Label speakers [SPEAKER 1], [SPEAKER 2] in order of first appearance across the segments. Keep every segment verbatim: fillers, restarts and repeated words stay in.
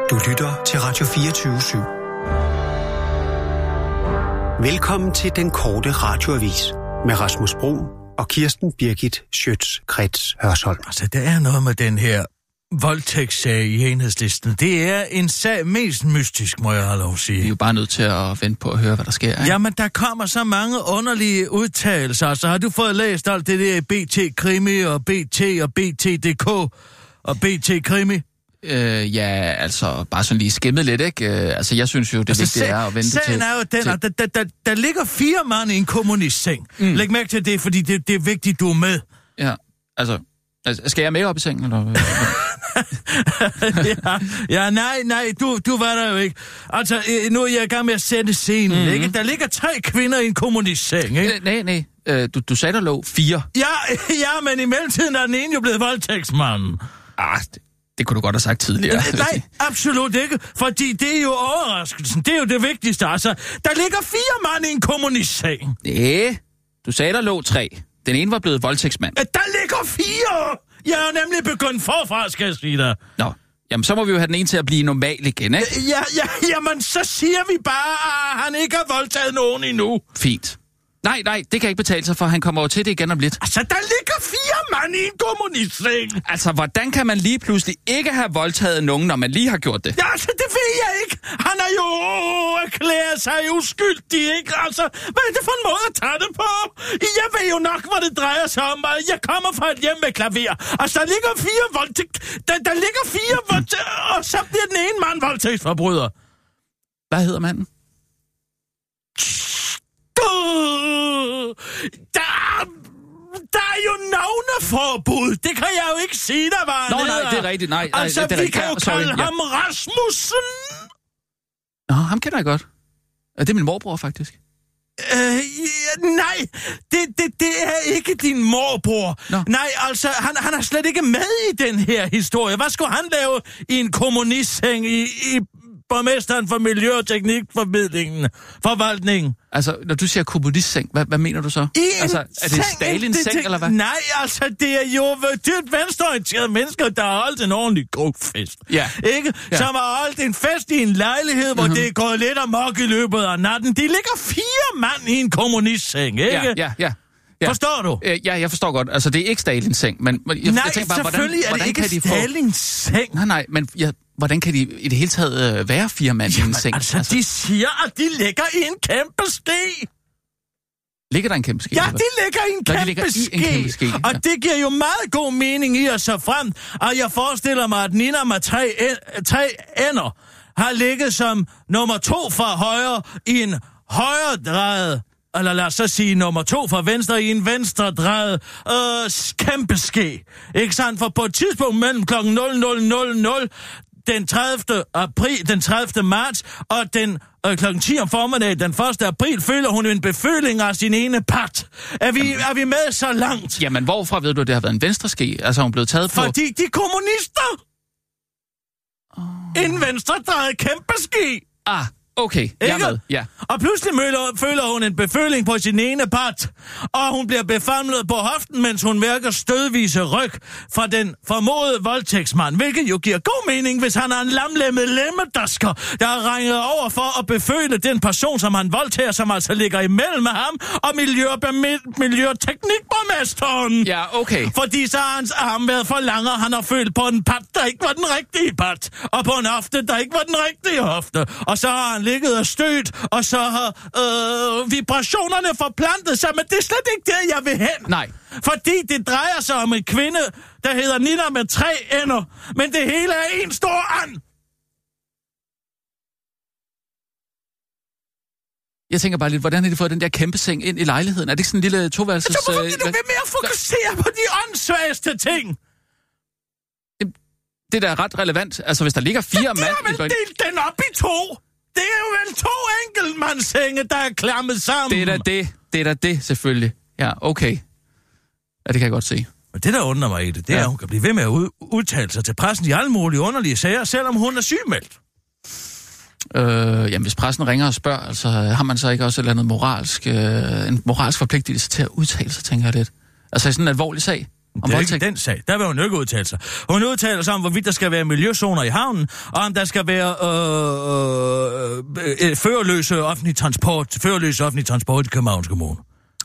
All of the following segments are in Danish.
[SPEAKER 1] Du lytter til Radio fireogtyve syv. Velkommen til den korte radioavis med Rasmus Bruun og Kirsten Birgit Schøtz-Krets Hørsholm.
[SPEAKER 2] Altså, der er noget med den her voldtægtssag i Enhedslisten. Det er en sag mest mystisk, må jeg have lov at sige.
[SPEAKER 3] Vi er jo bare nødt til at vente på at høre, hvad der sker. Ikke?
[SPEAKER 2] Jamen, der kommer så mange underlige udtalelser. Altså, har du fået læst alt det der B T Krimi og B T og B T punktum D K og B T Krimi?
[SPEAKER 3] Øh, ja, altså, bare sådan lige skimmet lidt, ikke? Øh, altså, jeg synes jo, det
[SPEAKER 2] altså,
[SPEAKER 3] vigtige er at vente
[SPEAKER 2] sagen
[SPEAKER 3] til...
[SPEAKER 2] Sagen er jo den,
[SPEAKER 3] til...
[SPEAKER 2] at der, der, der, der ligger fire mand i en kommunistseng. Mm. Læg mærke til det, fordi det, det er vigtigt, du er med.
[SPEAKER 3] Ja, altså... altså skal jeg med op i sengen, eller...
[SPEAKER 2] ja, ja, nej, nej, du, du var der jo ikke. Altså, nu er jeg i gang med at sætte scenen, mm-hmm. ikke? Der ligger tre kvinder i en kommunistseng, ikke?
[SPEAKER 3] Nej, nej, øh, du, du sagde, der lå fire.
[SPEAKER 2] Ja, ja, men i mellemtiden er den ene jo blevet voldtægtsmanden.
[SPEAKER 3] Ah, det, det kunne du godt have sagt tidligere.
[SPEAKER 2] Nej, absolut ikke, fordi det er jo overraskelsen. Det er jo det vigtigste, altså. Der ligger fire mand i en kommunistseng.
[SPEAKER 3] Nej, du sagde, der lå tre. Den ene var blevet voldtægtsmand.
[SPEAKER 2] Der ligger fire! Jeg er nemlig begyndt forfra, skal jeg sige dig.
[SPEAKER 3] Nå, jamen så må vi jo have den ene til at blive normal igen, ikke?
[SPEAKER 2] Ja, ja, jamen så siger vi bare, at han ikke har voldtaget nogen endnu.
[SPEAKER 3] Fint. Nej, nej, det kan ikke betale sig, for han kommer over til det igen om lidt.
[SPEAKER 2] Altså, der ligger fire mand i en kommunistseng.
[SPEAKER 3] Altså, hvordan kan man lige pludselig ikke have voldtaget nogen, når man lige har gjort det?
[SPEAKER 2] Ja, altså, det ved jeg ikke. Han er jo erklæret sig uskyldig, ikke? Altså, hvad er det for en måde at tage det på? Jeg ved jo nok, hvad det drejer sig om. Jeg kommer fra et hjem med klaver. Altså, der ligger fire voldtægt... Der, der ligger fire voldtægt... Og så bliver den ene mand voldtægtsforbryder.
[SPEAKER 3] Hvad hedder manden?
[SPEAKER 2] Der, der er jo navneforbud. Det kan jeg jo ikke sige, der var.
[SPEAKER 3] Nå, nej, det er rigtigt. Nej, nej,
[SPEAKER 2] altså,
[SPEAKER 3] det er
[SPEAKER 2] vi
[SPEAKER 3] rigtigt.
[SPEAKER 2] kan jo
[SPEAKER 3] Sorry,
[SPEAKER 2] kalde
[SPEAKER 3] ja.
[SPEAKER 2] ham Rasmussen.
[SPEAKER 3] Nå, ham kender jeg godt. Det er min morbror, faktisk.
[SPEAKER 2] Øh, ja, nej, det, det, det er ikke din morbror. Nå. Nej, altså, han, han er slet ikke med i den her historie. Hvad skulle han lave i en kommunistseng i... i borgmesteren for Miljø- og Teknikformidlingen, forvaltningen.
[SPEAKER 3] Altså, når du siger kommunistseng, hvad, hvad mener du så?
[SPEAKER 2] I
[SPEAKER 3] altså, er det Stalins seng, eller hvad?
[SPEAKER 2] Nej, altså, det er jo dyrt venstreorienterede mennesker, der har holdt en ordentlig god fest.
[SPEAKER 3] Ja.
[SPEAKER 2] Ikke?
[SPEAKER 3] Ja.
[SPEAKER 2] Som har holdt en fest i en lejlighed, hvor mm-hmm. det er gået lidt amok i løbet af natten. De ligger fire mand i en kommunistseng, ikke?
[SPEAKER 3] Ja, ja, ja. Ja.
[SPEAKER 2] Forstår du?
[SPEAKER 3] Ja, jeg forstår godt. Altså, det er ikke Stalins seng, men... Jeg,
[SPEAKER 2] nej,
[SPEAKER 3] jeg tænker bare,
[SPEAKER 2] selvfølgelig
[SPEAKER 3] hvordan,
[SPEAKER 2] er det
[SPEAKER 3] hvordan
[SPEAKER 2] ikke
[SPEAKER 3] kan de
[SPEAKER 2] Stalins
[SPEAKER 3] få...
[SPEAKER 2] seng.
[SPEAKER 3] Nej, nej, men jeg, hvordan kan de i det hele taget øh, være fire mand i en seng?
[SPEAKER 2] Altså, altså, de siger, at de ligger i en kæmpe ske.
[SPEAKER 3] Ligger der en kæmpe ske?
[SPEAKER 2] Ja, de ligger i en,
[SPEAKER 3] Nå,
[SPEAKER 2] kæmpe,
[SPEAKER 3] ligger
[SPEAKER 2] ske.
[SPEAKER 3] i en kæmpe ske. Ja.
[SPEAKER 2] Og det giver jo meget god mening i at så frem, at jeg forestiller mig, at Nina med tre, en, tre ender har ligget som nummer to fra højre i en højre drejet, eller lad os så sige nummer to fra venstre i en venstre drejet øh, kæmpe ske. Ikke sandt? For på et tidspunkt mellem klokken nul nul nul nul den tredivte april, den tredivte marts og den øh, klokken ti om formiddagen den første april føler hun en beføling af sin ene pat. Er vi,
[SPEAKER 3] Jamen,
[SPEAKER 2] er vi med så langt?
[SPEAKER 3] Jamen, hvorfra ved du, at det har været en venstre ske? Altså, hun er blevet taget på...
[SPEAKER 2] Fordi de kommunister! Oh. En venstredrejet kæmpe ske!
[SPEAKER 3] Ah, okay. Jeg er med. Ja.
[SPEAKER 2] Og pludselig møller, føler hun en beføling på sin ene part, og hun bliver befamlet på hoften, mens hun mærker stødvise ryg fra den formodede voldtægtsmand, hvilket jo giver god mening, hvis han er en lamlemmet lemmedasker, der er regnet over for at beføle den person, som han voldtager, som altså ligger imellem ham og miljø- miljø- og teknikborgmesteren.
[SPEAKER 3] Ja, okay.
[SPEAKER 2] Fordi så har hans arm været for lang, og han har følt på en pat, der ikke var den rigtige pat, og på en hofte, der ikke var den rigtige hofte, og så har han ligget og stødt, og så har øh, vibrationerne forplantet sig, men det er slet ikke det, jeg vil hen.
[SPEAKER 3] Nej.
[SPEAKER 2] Fordi det drejer sig om en kvinde, der hedder Nina med tre ender, men det hele er en stor and.
[SPEAKER 3] Jeg tænker bare lidt, hvordan har de fået den der kæmpe seng ind i lejligheden? Er det ikke sådan en lille toværelses...
[SPEAKER 2] Så hvorfor bliver du ved med at fokusere på de åndssvageste ting?
[SPEAKER 3] Det der er ret relevant. Altså, hvis der ligger fire mand...
[SPEAKER 2] Ja, det har vel delt den op i to. Det er jo vel to enkeltmandssenge, der er klammet sammen.
[SPEAKER 3] Det er da det. Det er da det, selvfølgelig. Ja, okay. Ja, det kan jeg godt se.
[SPEAKER 2] Men det, der undrer mig i det, det er, ja. at hun kan blive ved med at udtale sig til pressen i alle mulige underlige sager, selvom hun er sygemeldt.
[SPEAKER 3] Øh, jamen, hvis pressen ringer og spørger, altså, har man så ikke også et eller andet moralsk, øh, en moralsk forpligtelse til at udtale sig, tænker jeg lidt. Altså, i sådan en alvorlig sag.
[SPEAKER 2] Det er ikke den sag. Der vil hun ikke udtale sig. Hun udtaler sig om, hvorvidt der skal være miljøzoner i havnen, og om der skal være øh, øh, øh, førerløse offentlig transport, førerløse offentlig transport i Københavns Kommune.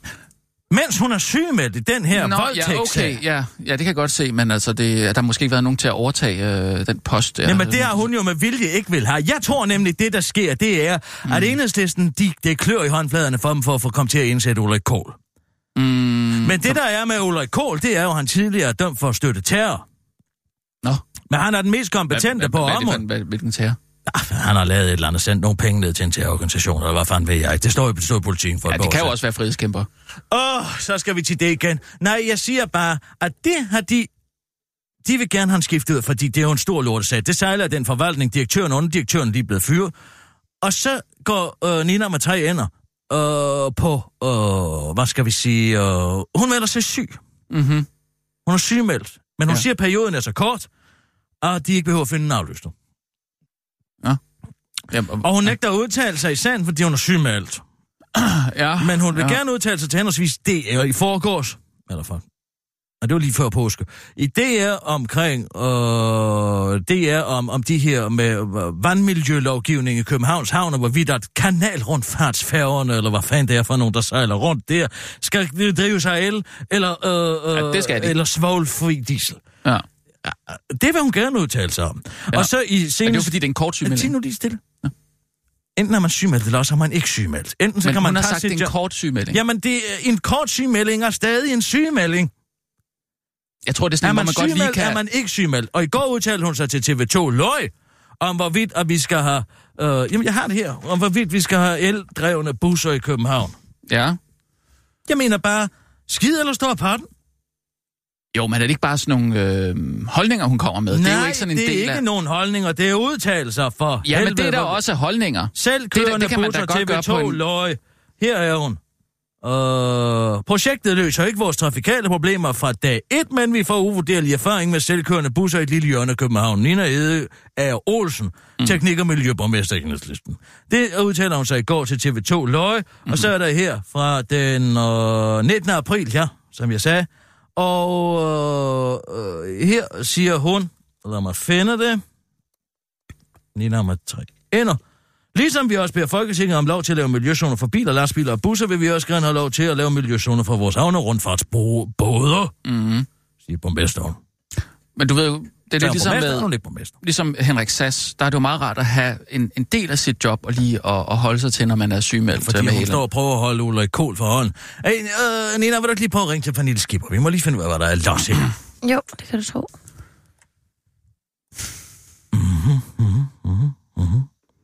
[SPEAKER 2] Mens hun er sygemeldt i den her voldtægtssag.
[SPEAKER 3] Ja, okay, ja, ja, det kan jeg godt se, men altså, det, der har måske ikke været nogen til at overtage øh, den post der.
[SPEAKER 2] Jamen, det har hun jo med vilje ikke vil have. Jeg tror nemlig, det der sker, det er, mm. at Enhedslisten, de, det klør i håndfladerne for dem for at få komme til at indsætte Ulrik Kohl.
[SPEAKER 3] Mm,
[SPEAKER 2] men det,
[SPEAKER 3] så...
[SPEAKER 2] der er med Ulrik Kohl, det er jo, at han tidligere er dømt for at støtte terror.
[SPEAKER 3] Nå.
[SPEAKER 2] Men han er den mest kompetente på området.
[SPEAKER 3] Hvilken terror?
[SPEAKER 2] Han har lavet et eller andet, sendt nogle penge ned til en terrororganisation, eller hvad fanden ved jeg ikke. Det står jo på stod politikken for
[SPEAKER 3] ja,
[SPEAKER 2] et
[SPEAKER 3] det kan
[SPEAKER 2] jo
[SPEAKER 3] også være frihedskæmper.
[SPEAKER 2] Åh, oh, så skal vi til det igen. Nej, jeg siger bare, at det har de... De vil gerne have skiftet ud, fordi det er jo en stor lortesag. Det sejler af den forvaltning, direktøren og underdirektøren, de er blevet fyret. Og så går øh, Nina med tre ender øh, på, øh, hvad skal vi sige, øh, hun melder sig syg.
[SPEAKER 3] Mm-hmm.
[SPEAKER 2] Hun er sygemeldt, men hun
[SPEAKER 3] ja.
[SPEAKER 2] siger, at perioden er så kort, og de ikke behøver at finde en afløsning.
[SPEAKER 3] Ja. Ja, og,
[SPEAKER 2] og hun nægter at udtale sig i sagen, fordi hun er sygemeldt.
[SPEAKER 3] Ja,
[SPEAKER 2] men hun vil
[SPEAKER 3] ja.
[SPEAKER 2] gerne udtale sig til henholdsvis D R i forgårs. Eller for. Og det var lige før påske. I D R omkring, øh, D R om, om de her med vandmiljølovgivning i Københavns Havn, og hvorvidt at kanalrundfartsfærgerne, eller hvad fanden det er for nogen, der sejler rundt der, skal drive sig el, eller, øh,
[SPEAKER 3] ja, det skal de.
[SPEAKER 2] eller svovlfri diesel.
[SPEAKER 3] Ja.
[SPEAKER 2] Det vil hun gerne udtale sig om. Ja. Og så i senest...
[SPEAKER 3] Men det er jo fordi, det er en kort sygemelding.
[SPEAKER 2] Sig nu lige stille. Ja. Enten er man sygemeldt, eller også har man ikke sygemeldt. Enten så
[SPEAKER 3] men
[SPEAKER 2] kan man
[SPEAKER 3] hun har sagt, det er en
[SPEAKER 2] job.
[SPEAKER 3] kort sygemelding.
[SPEAKER 2] Jamen, det er en kort sygemelding er stadig en sygemelding.
[SPEAKER 3] Jeg tror, det er sådan,
[SPEAKER 2] er man,
[SPEAKER 3] hvor man godt lige kan...
[SPEAKER 2] er man ikke sygemeldt. Og i går udtalte hun sig til T V to Løg, om hvorvidt, at vi skal have... Øh, jamen, jeg har det her. Om hvorvidt vi skal have eldrevne busser i København.
[SPEAKER 3] Ja.
[SPEAKER 2] Jeg mener bare, skid eller stå på den?
[SPEAKER 3] Jo, men er det ikke bare sådan nogle øh, holdninger, hun kommer med?
[SPEAKER 2] Nej,
[SPEAKER 3] det er jo ikke sådan en
[SPEAKER 2] det er
[SPEAKER 3] del
[SPEAKER 2] ikke
[SPEAKER 3] af...
[SPEAKER 2] nogen holdninger. Det er udtalelser for...
[SPEAKER 3] Ja,
[SPEAKER 2] helvede,
[SPEAKER 3] men det er der
[SPEAKER 2] hvor...
[SPEAKER 3] også holdninger.
[SPEAKER 2] Selvkørende busser T V to en... Løg. Her er hun. Uh, projektet løser ikke vores trafikale problemer fra dag et, men vi får uvurderlig erfaring med selvkørende busser i et lille hjørne af København. Nina Ede er Olsen, mm. teknik- og miljøborgmester i Enhedslisten. Det udtaler hun sig i går til T V to Løg, mm. og så er der her fra den uh, nittende april, ja, som jeg sagde. Og uh, uh, her siger hun, lad mig finde det, Nina med tre ender. Ligesom vi også beder Folketinget om lov til at lave miljøzoner for biler, lastbiler og busser, vil vi også gerne have lov til at lave miljøzoner for vores havne- og rundfartsbåder,
[SPEAKER 3] mm.
[SPEAKER 2] siger borgmesteren.
[SPEAKER 3] Men du ved jo, det er lidt ligesom med, ligesom Henrik Sass, der er det jo meget rart at have en, en del af sit job og lige at, at holde sig til, når man er sygemeldt.
[SPEAKER 2] Fordi hun hele. står og prøver at holde Ulrik Kohl for hånden. Hey, øh, Nina, vil du ikke lige prøve at ringe til Pernille Skipper? Vi må lige finde ud af, hvad der er los i.
[SPEAKER 4] Jo, det kan du tro.
[SPEAKER 2] Mhm, mhm, mhm, mhm.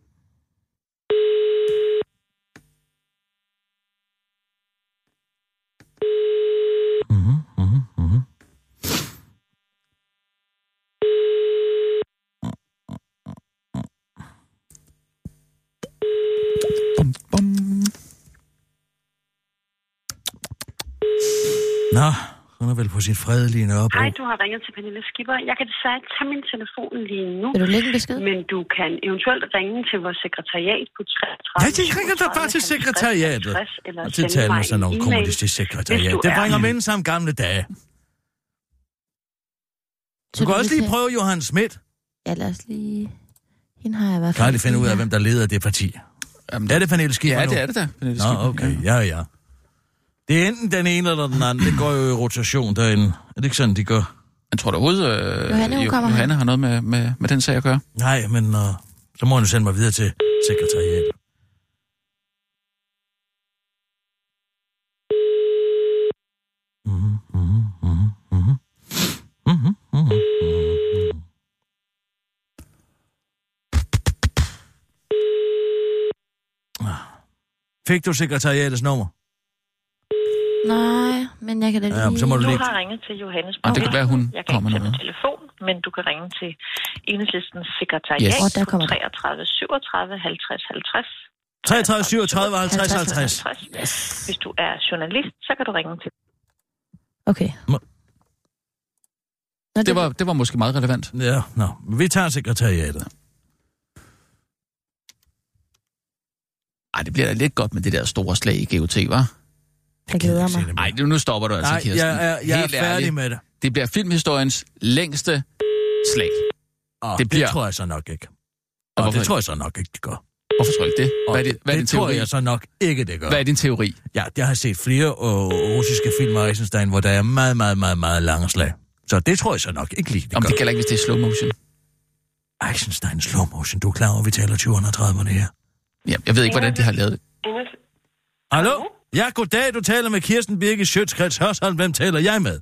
[SPEAKER 2] Mhm, mhm, mhm.
[SPEAKER 3] Bum, bum.
[SPEAKER 2] Nå, hun er vel på sit fredelige Nørrebro.
[SPEAKER 5] Hej, du har ringet til Pernille Skipper. Jeg kan desværre ikke tage min telefon lige nu.
[SPEAKER 4] Vil du lægge en besked?
[SPEAKER 5] Men du kan eventuelt ringe til vores sekretariat på treogtredive.
[SPEAKER 2] Ja, jeg ringer da bare til sekretariatet. Og til tale med sådan nogle kommunistisk sekretariat. Det bringer mindelser om gamle dage. Du kan også lige prøve Johan Schmidt.
[SPEAKER 4] Ja, lad os lige... Hende har jeg i hvert fald...
[SPEAKER 2] Kan jeg lige finde ud af, hvem der leder det parti?
[SPEAKER 3] Jamen,
[SPEAKER 2] er det Pernille Skipper
[SPEAKER 3] ja,
[SPEAKER 2] nu?
[SPEAKER 3] Ja, det er det da. Pernille
[SPEAKER 2] Nå, okay. Ja, ja. Det er enten den ene eller den anden. Det går jo i rotation derinde. Er det ikke sådan, de gør?
[SPEAKER 3] Jeg tror da overhovedet, øh,
[SPEAKER 4] Johanne, hun kommer
[SPEAKER 3] Johanne har noget med, med, med den sag at gøre.
[SPEAKER 2] Nej, men uh, så må hun sende mig videre til sekretariatet. Mhm, mhm, mhm, mhm. Mhm, mhm, mhm. Fik du sekretariatets nummer?
[SPEAKER 4] Nej, men jeg kan da lige...
[SPEAKER 2] Ja, så må du lige...
[SPEAKER 5] Du har ringet til Johannes.
[SPEAKER 3] Og det kan være, hun
[SPEAKER 5] jeg kan
[SPEAKER 3] kommer
[SPEAKER 5] ikke tage
[SPEAKER 3] noget.
[SPEAKER 5] telefon, men du kan ringe til Enhedslistens sekretariat
[SPEAKER 3] Yes.
[SPEAKER 4] Og der kommer
[SPEAKER 5] på treogtredive syvogtredive halvtreds halvtreds.
[SPEAKER 2] treogtredive syvogtredive halvtreds halvtreds.
[SPEAKER 5] Yes. Hvis du er journalist, så kan du ringe til...
[SPEAKER 4] Okay.
[SPEAKER 2] Må...
[SPEAKER 4] Nå,
[SPEAKER 3] Det var, det var måske meget relevant.
[SPEAKER 2] Ja, nå. Vi tager sekretariatet.
[SPEAKER 3] Ej, det bliver da lidt godt med det der store slag i G O T, hva'?
[SPEAKER 4] Jeg glæder mig.
[SPEAKER 3] Nej, nu stopper du altså,
[SPEAKER 2] Nej,
[SPEAKER 3] Kirsten.
[SPEAKER 2] jeg er, jeg er
[SPEAKER 3] Helt
[SPEAKER 2] færdig
[SPEAKER 3] ærligt.
[SPEAKER 2] med det.
[SPEAKER 3] Det bliver filmhistoriens længste slag.
[SPEAKER 2] Oh,
[SPEAKER 3] det, bliver...
[SPEAKER 2] det tror jeg så nok ikke.
[SPEAKER 3] Og
[SPEAKER 2] oh, det tror jeg så nok ikke, det gør.
[SPEAKER 3] Hvorfor tror du ikke det? Hvad er, det, hvad er
[SPEAKER 2] det
[SPEAKER 3] din
[SPEAKER 2] tror
[SPEAKER 3] teori?
[SPEAKER 2] jeg så nok ikke, det gør.
[SPEAKER 3] Hvad er din teori?
[SPEAKER 2] Ja, jeg har set flere øh, russiske film af Eisenstein, hvor der er meget, meget, meget, meget lange slag. Så det tror jeg så nok ikke lige, det
[SPEAKER 3] Om
[SPEAKER 2] gør.
[SPEAKER 3] det gælder ikke, hvis det er slow motion.
[SPEAKER 2] Eisenstein slow motion, du er klar over, vi taler tyverne og trediverne her.
[SPEAKER 3] Ja, jeg ved ikke, hvordan de har lavet det.
[SPEAKER 2] Hallo? Ja, goddag, du taler med Kirsten Birgit Schøtz-Krets Hørsholm. Hvem taler jeg med?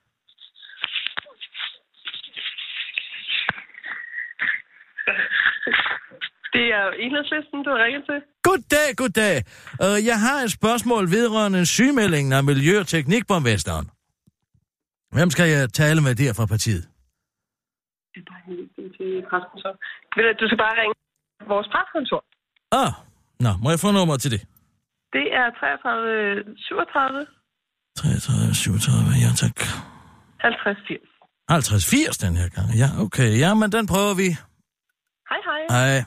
[SPEAKER 6] Det er Enhedslisten, du har ringet til.
[SPEAKER 2] Goddag, goddag. Uh, jeg har et spørgsmål vedrørende sygemeldingen af Miljø- og Teknikborgmesteren. Hvem skal jeg tale med der fra partiet?
[SPEAKER 6] Det er bare helt til preskontor. Du skal bare ringe vores preskontor.
[SPEAKER 2] Ah, nå, må jeg få nummer til det?
[SPEAKER 6] Det er treogtredive syvogtredive.
[SPEAKER 2] treogtredive syvogtredive, ja tak.
[SPEAKER 6] halvtreds firs.
[SPEAKER 2] halvtreds firs den her gang, ja, okay. Ja, men den prøver vi.
[SPEAKER 6] Hej, hej.
[SPEAKER 2] Hej.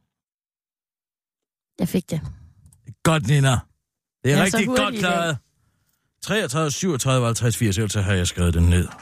[SPEAKER 4] Jeg fik det.
[SPEAKER 2] Godt, Nina. Det er
[SPEAKER 4] Ja,
[SPEAKER 2] rigtig
[SPEAKER 4] så
[SPEAKER 2] godt klaret. treogtredive syvogtredive halvtreds firs, ellers har jeg skrevet den ned.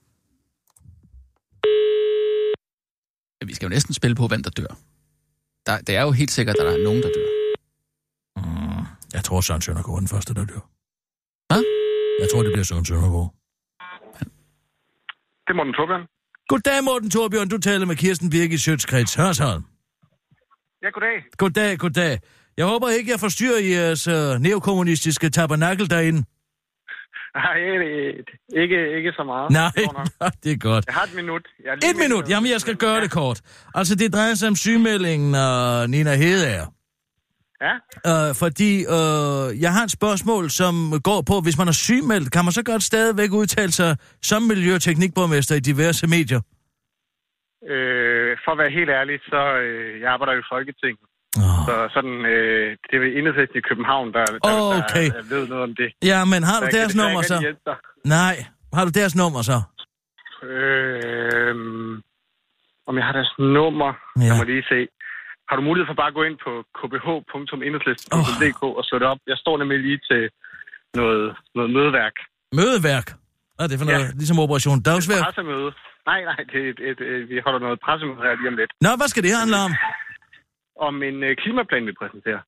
[SPEAKER 3] Vi skal jo næsten spille på, hvem der dør. Der, det er jo helt sikkert, at der er nogen, der dør.
[SPEAKER 2] Mm, jeg tror, Søren Søndergaard er den første, der dør.
[SPEAKER 3] Hvad?
[SPEAKER 2] Jeg tror, det bliver Søren Søndergaard.
[SPEAKER 7] Det er Morten Torbjørn.
[SPEAKER 2] Goddag, Morten Torbjørn. Du taler med Kirsten Birgit Schøtz-Krets Hørsholm.
[SPEAKER 7] Ja, goddag.
[SPEAKER 2] Goddag, goddag. Jeg håber ikke, jeg forstyrrer jeres uh, neokommunistiske tabernakel derinde.
[SPEAKER 7] Nej, ikke, ikke så meget.
[SPEAKER 2] Nej, det er godt.
[SPEAKER 7] Jeg har et minut. Jeg
[SPEAKER 2] et minut? Minut. Jamen, jeg skal gøre ja. det kort. Altså, det drejer sig om sygemeldingen af uh, Nina Hedeager.
[SPEAKER 7] Ja.
[SPEAKER 2] Uh, fordi uh, jeg har et spørgsmål, som går på, hvis man er sygemeldt, kan man så godt stadigvæk udtale sig som miljø- og teknikborgmester i diverse medier?
[SPEAKER 7] Øh, for at være helt ærlig, så øh, jeg arbejder jo i Folketinget.
[SPEAKER 2] Oh.
[SPEAKER 7] Så sådan, øh, det er Enhedslisten i København, der, der,
[SPEAKER 2] oh, okay.
[SPEAKER 7] der, der ved noget om det.
[SPEAKER 2] Ja, men har du
[SPEAKER 7] så
[SPEAKER 2] deres
[SPEAKER 7] kan,
[SPEAKER 2] nummer så? Nej, har du deres nummer så?
[SPEAKER 7] Øh, om jeg har deres nummer, ja. Jeg må lige se. Har du mulighed for bare at gå ind på k b h punktum enhedslisten punktum d k oh. og slå det op? Jeg står nemlig lige til noget, noget mødeværk.
[SPEAKER 2] Mødeværk? Hvad er det for noget? Ja. Ligesom Operation Dagsværk?
[SPEAKER 7] Et pressemøde. Nej, nej, det er et, et, et, vi holder noget pressemøde her lige om lidt.
[SPEAKER 2] Nå, hvad skal det handle om?
[SPEAKER 7] Om en uh, klimaplan, vi præsenterer.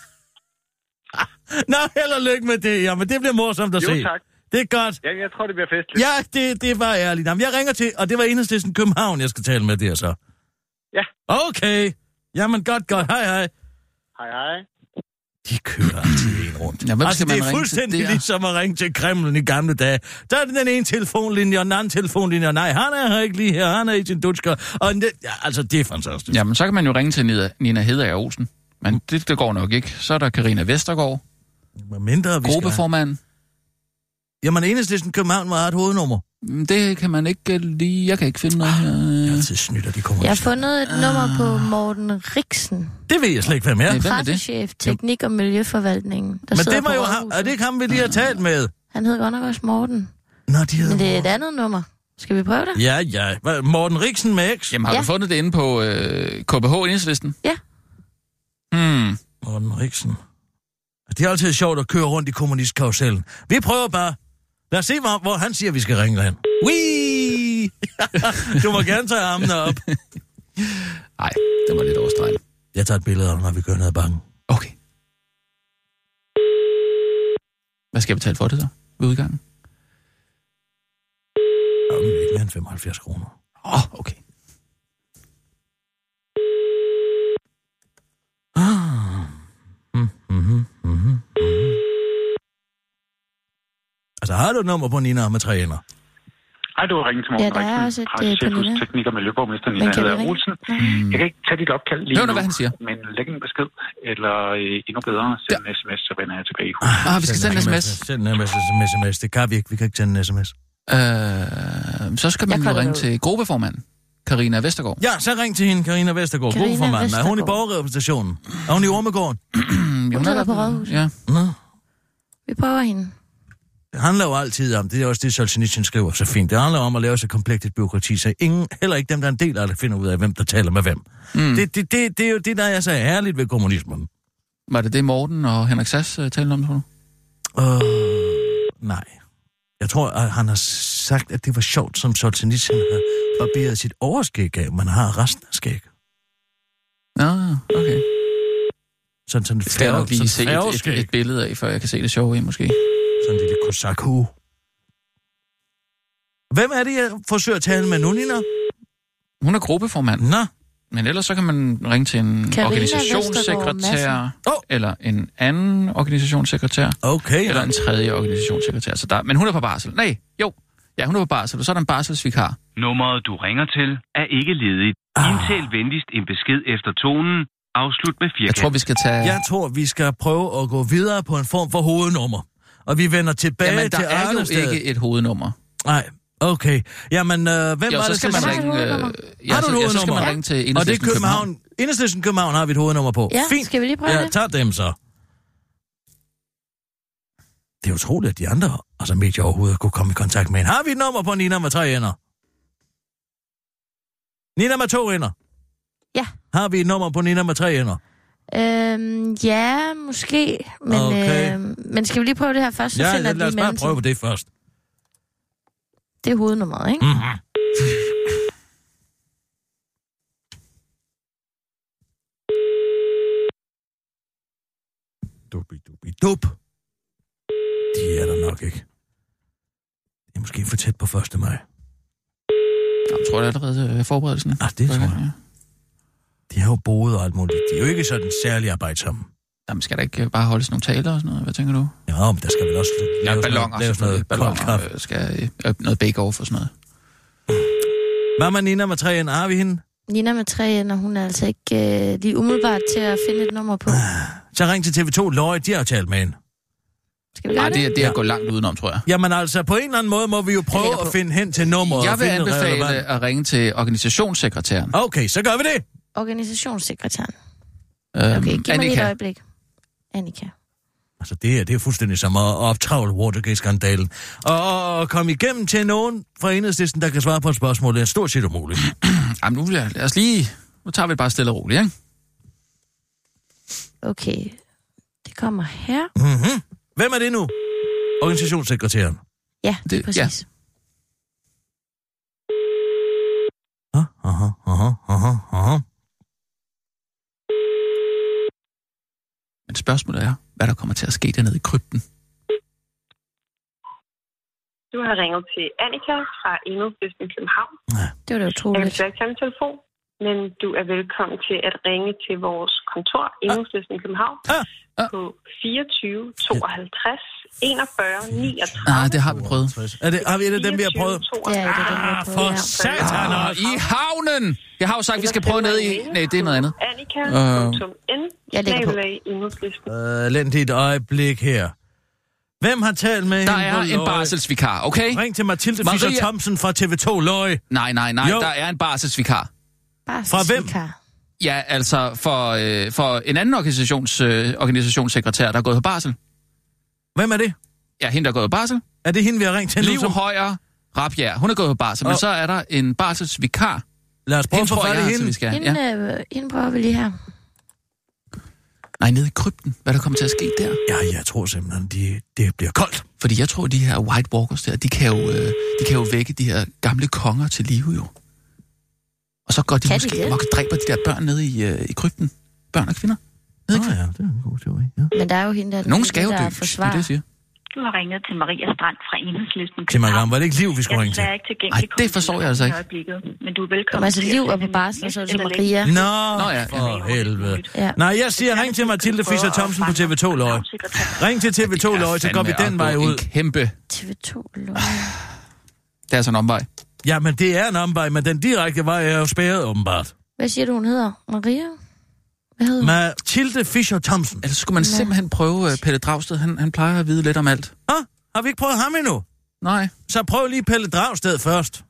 [SPEAKER 2] Nå, held og lykke med det. Jamen, det bliver morsomt at
[SPEAKER 7] jo,
[SPEAKER 2] se.
[SPEAKER 7] Jo, tak.
[SPEAKER 2] Det er godt.
[SPEAKER 7] Ja, jeg tror, det bliver festligt.
[SPEAKER 2] Ja, det, det var ærligt. Jamen, jeg ringer til, og det var Enhedslisten København, jeg skal tale med der så.
[SPEAKER 7] Ja.
[SPEAKER 2] Okay. Jamen, godt, godt. Hej, hej.
[SPEAKER 7] Hej, hej.
[SPEAKER 2] De kører altid en rundt.
[SPEAKER 3] Ja,
[SPEAKER 2] altså, det er fuldstændig ligesom at ringe til Kreml i gamle dage. Der er den ene telefonlinje, og den anden telefonlinje, og nej, han er her ikke lige her, han er i sin dutsker. Og det, ja, altså, det er fantastisk.
[SPEAKER 3] Jamen, så kan man jo ringe til Nina, Nina Hedeager Olsen. Men mm. det, det går nok ikke. Så er der Karina Vestergaard.
[SPEAKER 2] Mindre, vi
[SPEAKER 3] gruppeformand.
[SPEAKER 2] Jamen, Enhedslisten København var et hovednummer.
[SPEAKER 3] Det kan man ikke lige... Jeg kan ikke finde noget her.
[SPEAKER 2] Jeg har altid snytter, de kommer.
[SPEAKER 4] Jeg har fundet et nummer på Morten Riksen.
[SPEAKER 2] Det ved jeg slet ikke, hvem er.
[SPEAKER 3] Nej,
[SPEAKER 4] pressechef, teknik- og miljøforvaltningen. Der
[SPEAKER 2] men det var jo ham, er det ikke ham, vi lige har talt med?
[SPEAKER 4] Han hed godt nok også Morten.
[SPEAKER 2] Nå, de hedder
[SPEAKER 4] Men det er et andet nummer. Skal vi prøve det?
[SPEAKER 2] Ja, ja. Morten Riksen med X?
[SPEAKER 3] Jamen, har
[SPEAKER 4] ja.
[SPEAKER 3] du fundet det inde på øh, K B H Enhedslisten?
[SPEAKER 4] Ja.
[SPEAKER 3] Hmm.
[SPEAKER 2] Morten Riksen. Det er altid sjovt at køre rundt i kommunistkarusellen. Vi prøver bare. Lad os se, hvor, hvor han siger, vi skal ringe hen. Wii! Du må gerne tage armene op.
[SPEAKER 3] Nej, det var lidt overstreget.
[SPEAKER 2] Jeg tager et billede af, når vi kører ned ad bakken.
[SPEAKER 3] Okay. Hvad skal jeg betale for det så? Ved udgangen?
[SPEAKER 2] Ja, men ikke mere end femoghalvfjerds kroner.
[SPEAKER 3] Åh, oh, okay.
[SPEAKER 2] Ah. Mm, mm-hmm, mm-hmm. Altså, har du et nummer på Nina med tre ender?
[SPEAKER 7] Hej, du har ringet til Morten
[SPEAKER 4] Ja, der er også et
[SPEAKER 7] Riksen,
[SPEAKER 4] på Nina.
[SPEAKER 7] teknik- og miljøborgmester Nina Hedeager Olsen.
[SPEAKER 3] Mm.
[SPEAKER 7] Jeg kan ikke tage dit opkald lige
[SPEAKER 3] Hør nu,
[SPEAKER 7] nu,
[SPEAKER 3] hvad han siger.
[SPEAKER 7] men læg en besked, eller øh, endnu bedre, send en sms, så vender jeg tilbage i huset.
[SPEAKER 3] Ah, vi skal sende en sms.
[SPEAKER 2] Send en sms. Det kan vi ikke. Vi kan ikke sende en sms.
[SPEAKER 3] Øh, så skal man jo ringe til gruppeformanden, Karina Vestergaard.
[SPEAKER 2] Ja, så ring til hende, Karina Vestergaard,
[SPEAKER 4] Karina
[SPEAKER 2] gruppeformanden. Er hun i
[SPEAKER 4] Vestergaard.
[SPEAKER 2] borgerrepræsentationen? Er hun i Ormegården?
[SPEAKER 4] Hun sidder på Rådhuset.
[SPEAKER 3] Ja.
[SPEAKER 2] Nå.
[SPEAKER 4] Vi prøver hende.
[SPEAKER 2] Det handler jo altid om, det er også det, Solzhenitsyn skriver så fint, det handler om at lave så komplekst et byråkrati, så ingen, heller ikke dem, der er en del af det, finder ud af, hvem der taler med hvem. Mm. Det, det, det, det er jo det, der er så herligt ved kommunismen.
[SPEAKER 3] Var det det, Morten og Henrik Sass uh, talte om, tror du?
[SPEAKER 2] Uh, nej. Jeg tror, at han har sagt, at det var sjovt, som Solzhenitsyn havde barberet sit overskæg af. Man har resten af skæg.
[SPEAKER 3] Ah, okay.
[SPEAKER 2] Sådan sådan
[SPEAKER 3] skal jeg nok lige se et, et, et billede af, før jeg kan se det sjove i, måske.
[SPEAKER 2] Sådan en lille kosakhue. Hvem er det, jeg forsøger at tale med nu, Nina?
[SPEAKER 3] Hun er gruppeformand.
[SPEAKER 2] Nå.
[SPEAKER 3] Men ellers så kan man ringe til en Carina organisationssekretær, oh. eller en anden organisationssekretær,
[SPEAKER 2] okay,
[SPEAKER 3] eller en tredje organisationssekretær. Så der, men hun er på barsel. Nej, jo. Ja, hun er på barsel, og så er der en barselsvikar.
[SPEAKER 8] Nummeret, du ringer til, er ikke ledigt. Ah. Indtal venligst en besked efter tonen. Afslut med firkant.
[SPEAKER 3] Jeg tror, vi skal tage...
[SPEAKER 2] Jeg tror, vi skal prøve at gå videre på en form for hovednummer. Og vi vender tilbage
[SPEAKER 3] Jamen,
[SPEAKER 2] til Arnested.
[SPEAKER 3] der er jo ikke et hovednummer.
[SPEAKER 2] Nej, okay. Jamen, øh, hvem
[SPEAKER 3] jo,
[SPEAKER 2] var
[SPEAKER 3] så
[SPEAKER 2] det?
[SPEAKER 3] Skal man ringe, øh, ja,
[SPEAKER 2] har du et
[SPEAKER 3] hovednummer? Ja, så skal man
[SPEAKER 2] ja.
[SPEAKER 3] ringe til Enhedslisten København.
[SPEAKER 2] Og det er København. Enhedslisten København har vi et hovednummer på.
[SPEAKER 4] Ja,
[SPEAKER 2] fint.
[SPEAKER 4] Skal vi lige prøve
[SPEAKER 2] ja,
[SPEAKER 4] det?
[SPEAKER 2] Ja, tag dem så. Det er utroligt, at de andre altså medier overhovedet kunne komme i kontakt med en. Har vi et nummer på Nina med tre ender? Nina med to ender?
[SPEAKER 4] Ja.
[SPEAKER 2] Har vi et nummer på Nina med tre ender?
[SPEAKER 4] Øhm, ja, måske. Men,
[SPEAKER 2] okay.
[SPEAKER 4] øh, men skal vi lige prøve det her først? Så
[SPEAKER 2] ja,
[SPEAKER 4] finder
[SPEAKER 2] lad os bare prøve på det først.
[SPEAKER 4] Det er hovednummeret, ikke?
[SPEAKER 2] Mm-hmm. Dubi, dubi, dub. De er der nok ikke. Det er måske for tæt på første maj.
[SPEAKER 3] Jeg tror, det er allerede forberedelsen.
[SPEAKER 2] Ah, det tror jeg. De har jo boet og alt muligt. De er jo ikke sådan særlig arbejdsomme.
[SPEAKER 3] Jamen, skal der ikke bare holdes nogle taler og sådan noget? Hvad tænker du?
[SPEAKER 2] Ja, men der skal vel også
[SPEAKER 3] ja,
[SPEAKER 2] laves
[SPEAKER 3] balloner,
[SPEAKER 2] noget, laves noget
[SPEAKER 3] balloner, øh, skal øh, noget bake-off og sådan noget.
[SPEAKER 2] Hvad med Nina med tre ender? Har vi hende?
[SPEAKER 4] Nina med tre ender, hun er altså ikke øh, lige umiddelbart til at finde et nummer på.
[SPEAKER 2] Så ring til T V to Løje, de har talt med hende.
[SPEAKER 4] Skal vi gøre
[SPEAKER 3] Ej,
[SPEAKER 4] det?
[SPEAKER 3] det? Det er at gå langt udenom, tror jeg.
[SPEAKER 2] Jamen altså, på en eller anden måde må vi jo prøve at finde hen til nummeret.
[SPEAKER 3] Jeg vil anbefale at ringe til organisationssekretæren.
[SPEAKER 2] Okay, så gør vi det.
[SPEAKER 4] Organisationssekretæren.
[SPEAKER 3] Øhm,
[SPEAKER 4] Okay, giv mig
[SPEAKER 3] Annika.
[SPEAKER 4] lige et øjeblik. Annika.
[SPEAKER 2] Altså, det er, det er fuldstændig som at optravle Watergate-skandalen. Og, og, og komme igennem til nogen fra Enhedslisten, der kan svare på et spørgsmål, det er stort set umuligt.
[SPEAKER 3] Jamen, nu lad os lige... Nu tager vi det bare stille og roligt, ikke?
[SPEAKER 4] Okay, det kommer her.
[SPEAKER 2] Mm-hmm. Hvem er det nu? Organisationssekretæren.
[SPEAKER 4] Ja,
[SPEAKER 3] det,
[SPEAKER 4] præcis.
[SPEAKER 2] Ja. Aha, aha, aha, aha.
[SPEAKER 3] Men spørgsmålet er, hvad der kommer til at ske dernede i krypten.
[SPEAKER 6] Du har ringet til Annika fra Enhedslisten København.
[SPEAKER 2] Ja.
[SPEAKER 4] Det var da utroligt.
[SPEAKER 6] Jeg vil ikke tage en telefon, men du er velkommen til at ringe til vores kontor, Enhedslisten København,
[SPEAKER 2] ah. Ah.
[SPEAKER 6] på fireogtyve tooghalvtreds enogfyrre niogtredive.
[SPEAKER 3] Nej, det har vi prøvet.
[SPEAKER 2] Er det, har vi et af dem, vi har prøvet?
[SPEAKER 4] Ja, det er det, vi har prøvet.
[SPEAKER 2] For satan også.
[SPEAKER 3] I havnen! Jeg har jo sagt, at vi skal prøve ned i... Nej, det er noget andet.
[SPEAKER 6] Annika punktum n
[SPEAKER 4] Jeg lægger på.
[SPEAKER 6] Enhedslisten.
[SPEAKER 2] Uh, lend dit øjeblik her. Hvem har talt med
[SPEAKER 3] Der
[SPEAKER 2] hende
[SPEAKER 3] er en barselsvikar, okay?
[SPEAKER 2] Ring til Mathilde
[SPEAKER 3] Maria...
[SPEAKER 2] Fischer Thomsen fra T V to Løje.
[SPEAKER 3] Nej, nej, nej.
[SPEAKER 2] Jo.
[SPEAKER 3] Der er en barselsvikar.
[SPEAKER 2] Fra hvem?
[SPEAKER 3] Ja, altså for, øh, for en anden organisations, øh, organisationssekretær, der er gået på barsel.
[SPEAKER 2] Hvem er det?
[SPEAKER 3] Ja, hende, der er gået på barsel.
[SPEAKER 2] Er det hende, vi har ringt til nu?
[SPEAKER 3] Liv
[SPEAKER 2] som...
[SPEAKER 3] Højer Rabjerg. Hun er gået på barsel, og... men så er der en barselsvikar.
[SPEAKER 2] Lad os prøve at få fat i hende.
[SPEAKER 3] Vi skal.
[SPEAKER 4] Hende,
[SPEAKER 3] Ja.
[SPEAKER 4] øh, hende prøver vi lige her.
[SPEAKER 3] Nej, nede i krypten. Hvad der kommer til at ske der?
[SPEAKER 2] Ja, jeg tror simpelthen, de, det bliver koldt.
[SPEAKER 3] Fordi jeg tror, de her White Walkers der, de kan jo, øh, de kan jo vække de her gamle konger til live jo. Og så går de
[SPEAKER 4] kan
[SPEAKER 3] måske
[SPEAKER 4] de
[SPEAKER 3] og dræber de der børn nede i, øh, i krypten. Børn og kvinder.
[SPEAKER 2] Nå oh, ja, det er en god teori. Ja.
[SPEAKER 4] Men der er jo hende, der,
[SPEAKER 3] Nogen skal jo
[SPEAKER 4] der
[SPEAKER 3] dø, det
[SPEAKER 4] forsvarer.
[SPEAKER 3] er det, jeg siger.
[SPEAKER 5] Du har ringet til Maria Strand fra Enhedslisten.
[SPEAKER 2] Til mig gang, var det ikke Liv, vi skulle ringe til?
[SPEAKER 5] Jeg er ikke tilgængelig.
[SPEAKER 3] Nej, det forstår jeg altså ikke.
[SPEAKER 5] Men du er velkommen.
[SPEAKER 4] Jamen, altså, Liv er på barsel, og så er det så Maria.
[SPEAKER 2] Nå,
[SPEAKER 3] Nå ja,
[SPEAKER 2] for helvede.
[SPEAKER 4] Ja.
[SPEAKER 2] Nej, jeg siger, ring til Mathilde Fischer Thomsen på T V to Løje. Ring til T V to Løje, så går vi den vej ud.
[SPEAKER 3] Kæmpe.
[SPEAKER 4] T V to Løje.
[SPEAKER 3] Det er altså en omvej.
[SPEAKER 2] Ja, men det er en omvej, men den direkte vej er jo spærret, åbenbart.
[SPEAKER 4] Hvad siger du, hun hedder? Maria? Hvad hedder hun?
[SPEAKER 2] Mathilde Fischer Thomsen.
[SPEAKER 3] Altså, skulle man simpelthen prøve uh, Pelle Dragsted? Han, han plejer at vide lidt om alt.
[SPEAKER 2] Ah, har vi ikke prøvet ham endnu?
[SPEAKER 3] Nej.
[SPEAKER 2] Så prøv lige Pelle Dragsted først.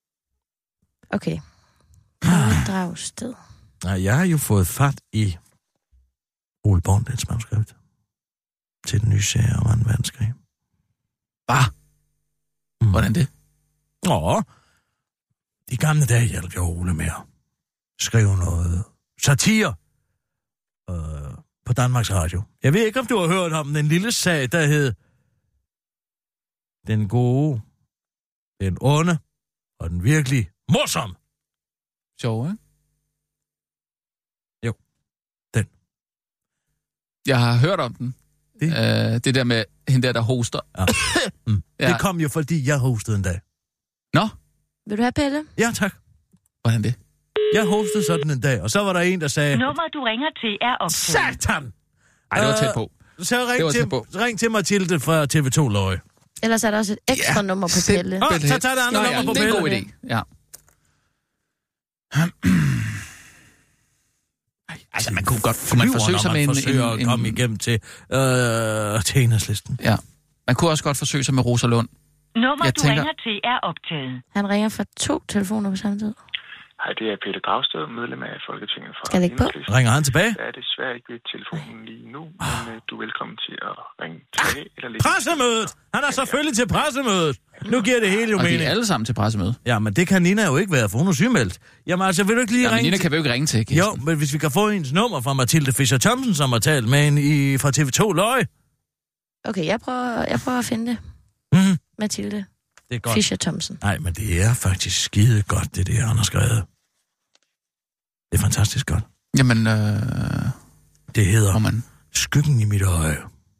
[SPEAKER 4] Okay. Pelle Dragsted.
[SPEAKER 2] Nej, jeg har jo fået fat i Ole Bornedals manuskript til den nye serie om anden verdenskrig.
[SPEAKER 3] Hvad?
[SPEAKER 2] Mm.
[SPEAKER 3] Hvordan det?
[SPEAKER 2] Åh, de gamle dage hjalp jo Ole med at skrive noget satire øh, på Danmarks Radio. Jeg ved ikke, om du har hørt om den lille sag, der hed den gode, den onde og den virkelig morsom.
[SPEAKER 3] Sjov, ikke?
[SPEAKER 2] Jo, den.
[SPEAKER 3] Jeg har hørt om den. Det, uh, det der med hende der, der hoster.
[SPEAKER 2] Ja. Mm. Ja. Det kom jo, fordi jeg hostede en dag.
[SPEAKER 3] Nå?
[SPEAKER 4] Vil du have Pelle?
[SPEAKER 2] Ja, tak.
[SPEAKER 3] Hvordan det?
[SPEAKER 2] Jeg hostede sådan en dag, og så var der en, der sagde...
[SPEAKER 9] Nummer, du ringer til, er optaget.
[SPEAKER 2] Satan!
[SPEAKER 3] Ej, det var tæt på.
[SPEAKER 2] Uh, så ring til, ring til Mathilde fra T V to Løje.
[SPEAKER 4] Ellers er der også et ekstra ja, nummer på Pelle.
[SPEAKER 2] Åh, oh, så tager der andre
[SPEAKER 3] Nå,
[SPEAKER 2] nummer
[SPEAKER 3] ja,
[SPEAKER 2] på
[SPEAKER 3] det
[SPEAKER 2] Pelle.
[SPEAKER 3] Det er en god idé, ja. Altså, man kunne godt kunne man forsøge sig med en...
[SPEAKER 2] forsøger
[SPEAKER 3] en,
[SPEAKER 2] at komme igennem til, øh, til Enhedslisten.
[SPEAKER 3] Ja. Man kunne også godt forsøge sig med Rosa Lund.
[SPEAKER 9] Nummer, du tænker... ringer til, er optaget.
[SPEAKER 4] Han ringer fra to telefoner på samme tid.
[SPEAKER 7] Hej, det er Peter Dragsted, medlem af Folketinget fra
[SPEAKER 4] Skal det ikke på?
[SPEAKER 2] Ringer han tilbage?
[SPEAKER 7] Jeg er desværre ikke ved telefonen lige nu, men uh, du er velkommen til at ringe tilbage. Eller lidt.
[SPEAKER 2] Pressemødet! Han er selvfølgelig til pressemødet! Nu giver det hele jo
[SPEAKER 3] og
[SPEAKER 2] mening.
[SPEAKER 3] Og de er alle sammen til pressemødet.
[SPEAKER 2] Ja, men det kan Nina jo ikke være, for hun er sygemeldt. Jamen altså, vil du ikke lige
[SPEAKER 3] Jamen,
[SPEAKER 2] ringe
[SPEAKER 3] Nina
[SPEAKER 2] til...
[SPEAKER 3] kan vi jo ikke ringe til, Kirsten.
[SPEAKER 2] Jo, men hvis vi kan få hendes nummer fra Mathilde Fischer Thomsen, som har talt med hende i, fra T V to Løje.
[SPEAKER 4] Okay, jeg prøver, jeg prøver at finde det.
[SPEAKER 2] Mm-hmm.
[SPEAKER 4] Mathilde
[SPEAKER 2] det er godt.
[SPEAKER 4] Fischer Thomsen.
[SPEAKER 2] Nej, men det er faktisk skide godt, det der, han har skrevet. Det er fantastisk godt.
[SPEAKER 3] Jamen, øh...
[SPEAKER 2] det hedder
[SPEAKER 3] man...
[SPEAKER 2] Skyggen i mit øje.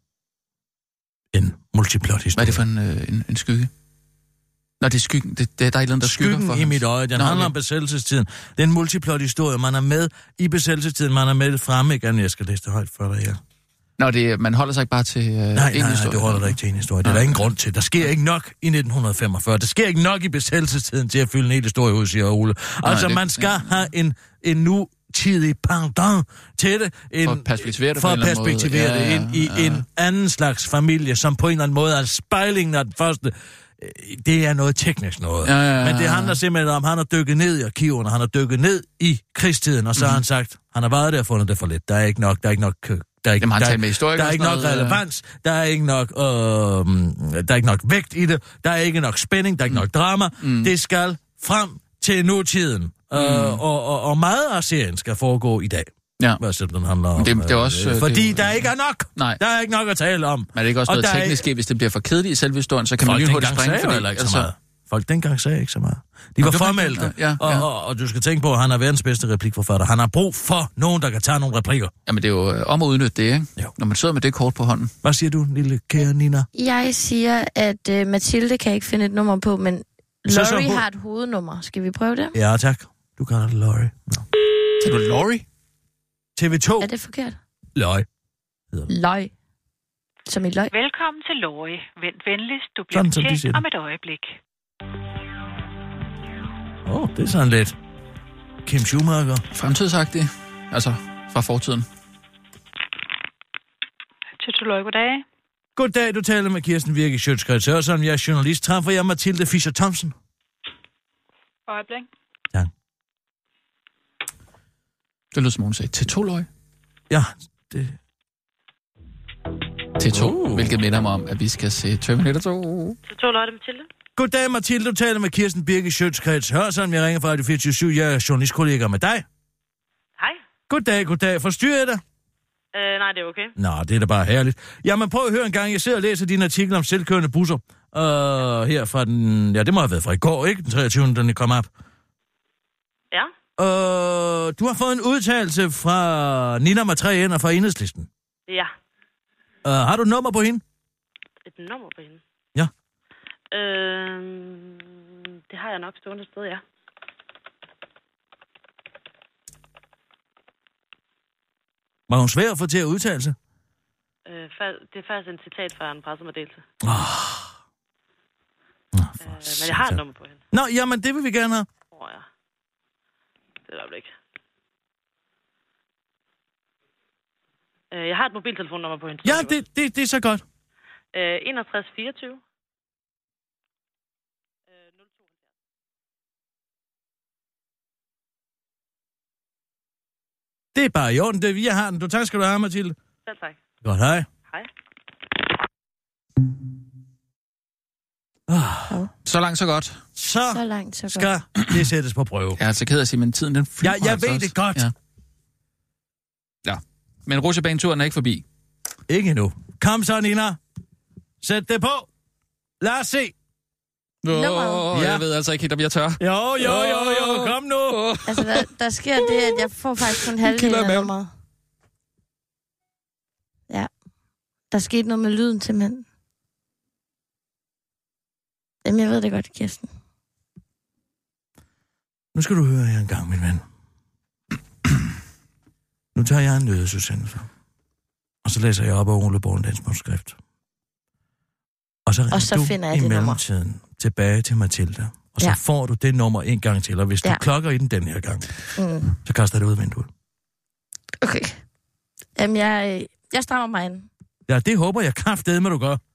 [SPEAKER 2] En multiplot historie.
[SPEAKER 3] Hvad er det for en, øh, en, en skygge? Nå, det er skyggen. Det, det er der et eller andet, der skygger for
[SPEAKER 2] Skyggen i
[SPEAKER 3] hans...
[SPEAKER 2] mit øje. Den Nå, handler okay. om besættelsestiden. Det er en multiplot historie. Man er med i besættelsestiden. Man er med fremme igen. Jeg skal læse det højt for dig her.
[SPEAKER 3] Nå, det, man holder sig ikke bare til øh,
[SPEAKER 2] nej,
[SPEAKER 3] en
[SPEAKER 2] nej,
[SPEAKER 3] historie.
[SPEAKER 2] Nej, du holder dig ikke til en historie. Det er der ingen grund til. Der sker ikke nok i nitten femogfyrre. Der sker ikke nok i besættelsestiden til at fylde en hel historie ud, siger Ole. Altså, nej, det, man skal ja. have en, en nutidig pardon til det. En,
[SPEAKER 3] for at perspektivere det
[SPEAKER 2] for at perspektivere det
[SPEAKER 3] ja,
[SPEAKER 2] ind i
[SPEAKER 3] ja.
[SPEAKER 2] en anden slags familie, som på en eller anden måde er spejlingen af den første. Det er noget teknisk noget.
[SPEAKER 3] Ja, ja, ja.
[SPEAKER 2] Men det handler simpelthen om, han har dykket ned i arkiverne, han har dykket ned i krigstiden, og så mm-hmm. har han sagt, han har været der og fundet det for lidt. Der er ikke nok, der er ikke nok... Der er ikke,
[SPEAKER 3] Jamen,
[SPEAKER 2] der,
[SPEAKER 3] med
[SPEAKER 2] der er ikke nok
[SPEAKER 3] noget,
[SPEAKER 2] relevans, der er ikke nok, øh, der er ikke nok vægt i det, der er ikke nok spænding, der er ikke mm. nok drama. Mm. Det skal frem til nutiden, mm. øh, og, og, og meget af serien skal foregå i dag.
[SPEAKER 3] Ja.
[SPEAKER 2] Hvad så den handler om?
[SPEAKER 3] Det, det er også,
[SPEAKER 2] øh, fordi
[SPEAKER 3] det,
[SPEAKER 2] der ikke er nok. Nej. Der er ikke nok at tale om.
[SPEAKER 3] Men det er ikke også og noget teknisk, er... hvis det bliver for kedeligt i selve historien, så kan
[SPEAKER 2] folk
[SPEAKER 3] man lynhurtigt springe.
[SPEAKER 2] Folk dengang ikke så meget. Folk dengang sagde ikke så meget. De var formælte, ja, ja. Og, og, og du skal tænke på, at han er verdens bedste replikforfatter. Han har brug for nogen, der kan tage nogle replikker.
[SPEAKER 3] Jamen, det er jo øh, om at udnytte det, ikke? Jo. Når man sidder med det kort på hånden.
[SPEAKER 2] Hvad siger du, lille kære Nina?
[SPEAKER 4] Jeg siger, at uh, Mathilde kan ikke finde et nummer på, men Laurie ho- har et hovednummer. Skal vi prøve det?
[SPEAKER 2] Ja, tak. Du kan have Laurie. No.
[SPEAKER 3] Siger du Laurie?
[SPEAKER 2] T V to.
[SPEAKER 4] Er det forkert?
[SPEAKER 2] Løg.
[SPEAKER 4] Løg. Som i løg.
[SPEAKER 9] Velkommen til Laurie. Vent venligst, du bliver betjent om et øjeblik.
[SPEAKER 2] Åh, oh, det er sådan lidt Kim Schumacher.
[SPEAKER 3] Fremtidsagtigt. Altså, fra fortiden.
[SPEAKER 9] Tøtoløg, goddag.
[SPEAKER 2] Goddag, du taler med Kirsten Birgit Schøtz-Krets Hørsholm. Jeg er journalist. Træffer jeg Mathilde Fischer Thomsen?
[SPEAKER 9] Øjeblik.
[SPEAKER 2] Ja.
[SPEAKER 3] Det lyder som hun sagde. Til to løg?
[SPEAKER 2] Ja, det...
[SPEAKER 3] Til to, uh. hvilket minder mig om, at vi skal se Terminator to.
[SPEAKER 9] Til to løg, Mathilde.
[SPEAKER 2] Goddag, Mathilde. Du taler med Kirsten Birgit Schøtz-Krets Hørsholm. Jeg ringer fra Radio fireogtyve syv. Jeg er journalistkollega med dig.
[SPEAKER 5] Hej.
[SPEAKER 2] Goddag, goddag. Forstyrrer jeg dig?
[SPEAKER 5] Øh, nej, det er okay.
[SPEAKER 2] Nå, det er da bare herligt. Jamen, prøv at høre en gang. Jeg sidder og læser din artikel om selvkørende busser. Uh, her fra den... Ja, det må have været fra i går, ikke? Den treogtyvende den kom op.
[SPEAKER 5] Ja.
[SPEAKER 2] Uh, du har fået en udtalelse fra Nina Mathej fra Enhedslisten.
[SPEAKER 5] Ja.
[SPEAKER 2] Uh, har du et nummer på hende?
[SPEAKER 5] Et nummer på hende?
[SPEAKER 2] Ja.
[SPEAKER 5] Øh, det har jeg nok stående sted, ja.
[SPEAKER 2] Var hun svær at få til at udtale sig?
[SPEAKER 5] Øh, det er faktisk en citat fra en pressemeddelelse.
[SPEAKER 2] Oh. Nå,
[SPEAKER 5] øh, men jeg har et nummer på hende.
[SPEAKER 2] Nå, jamen det vil vi gerne have.
[SPEAKER 5] Åh oh, ja. Det er et øjeblik. Øh, jeg har et mobiltelefonnummer på hende.
[SPEAKER 2] Ja, det, det, det er så godt.
[SPEAKER 5] Øh, enogtres fireogtyve.
[SPEAKER 2] Det er bare i orden. Det, jeg har den. Du tak skal du have, Mathilde.
[SPEAKER 5] Selv tak.
[SPEAKER 2] Godt, hej.
[SPEAKER 5] Hej.
[SPEAKER 3] Oh. Så langt, så godt.
[SPEAKER 2] Så,
[SPEAKER 4] så langt, så godt.
[SPEAKER 2] Skal det sættes på prøve.
[SPEAKER 3] Jeg er så ked af at sige, men tiden den flyver.
[SPEAKER 2] Ja, jeg ved det godt.
[SPEAKER 3] Ja. ja. Men rutsjebaneturen er ikke forbi.
[SPEAKER 2] Ikke endnu. Kom så, Nina. Sæt det på. Lad os se.
[SPEAKER 3] Åh, ja. Jeg ved altså ikke helt, om jeg tør.
[SPEAKER 2] Jo, jo, jo, jo, kom nu.
[SPEAKER 4] Oh. Altså, der, der sker det, at jeg får faktisk kun halvdelen af nummeret. Ja. Der skete noget med lyden til mænd. Jamen, jeg ved det godt, Kirsten.
[SPEAKER 2] Nu skal du høre her en gang, min ven. Nu tager jeg en nødsudsendelse. Og så læser jeg op af Ole Bornedals manuskript. Og så ringer
[SPEAKER 4] og så
[SPEAKER 2] du
[SPEAKER 4] finder jeg
[SPEAKER 2] i
[SPEAKER 4] det
[SPEAKER 2] mellemtiden nummer. Tilbage til Mathilde. Og så ja. får du det nummer en gang til. Og hvis ja. du klokker i den den her gang, mm. så kaster det ud af vinduet.
[SPEAKER 4] Okay. Jamen, jeg, jeg strammer mig ind.
[SPEAKER 2] Ja, det håber jeg kraftedeme, du gør.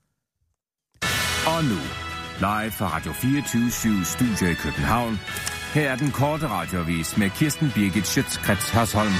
[SPEAKER 8] Og nu, live fra Radio fireogtyve syv Studio i København. Her er den korte radioavis med Kirsten Birgit Schøtz-Krets Hørsholm.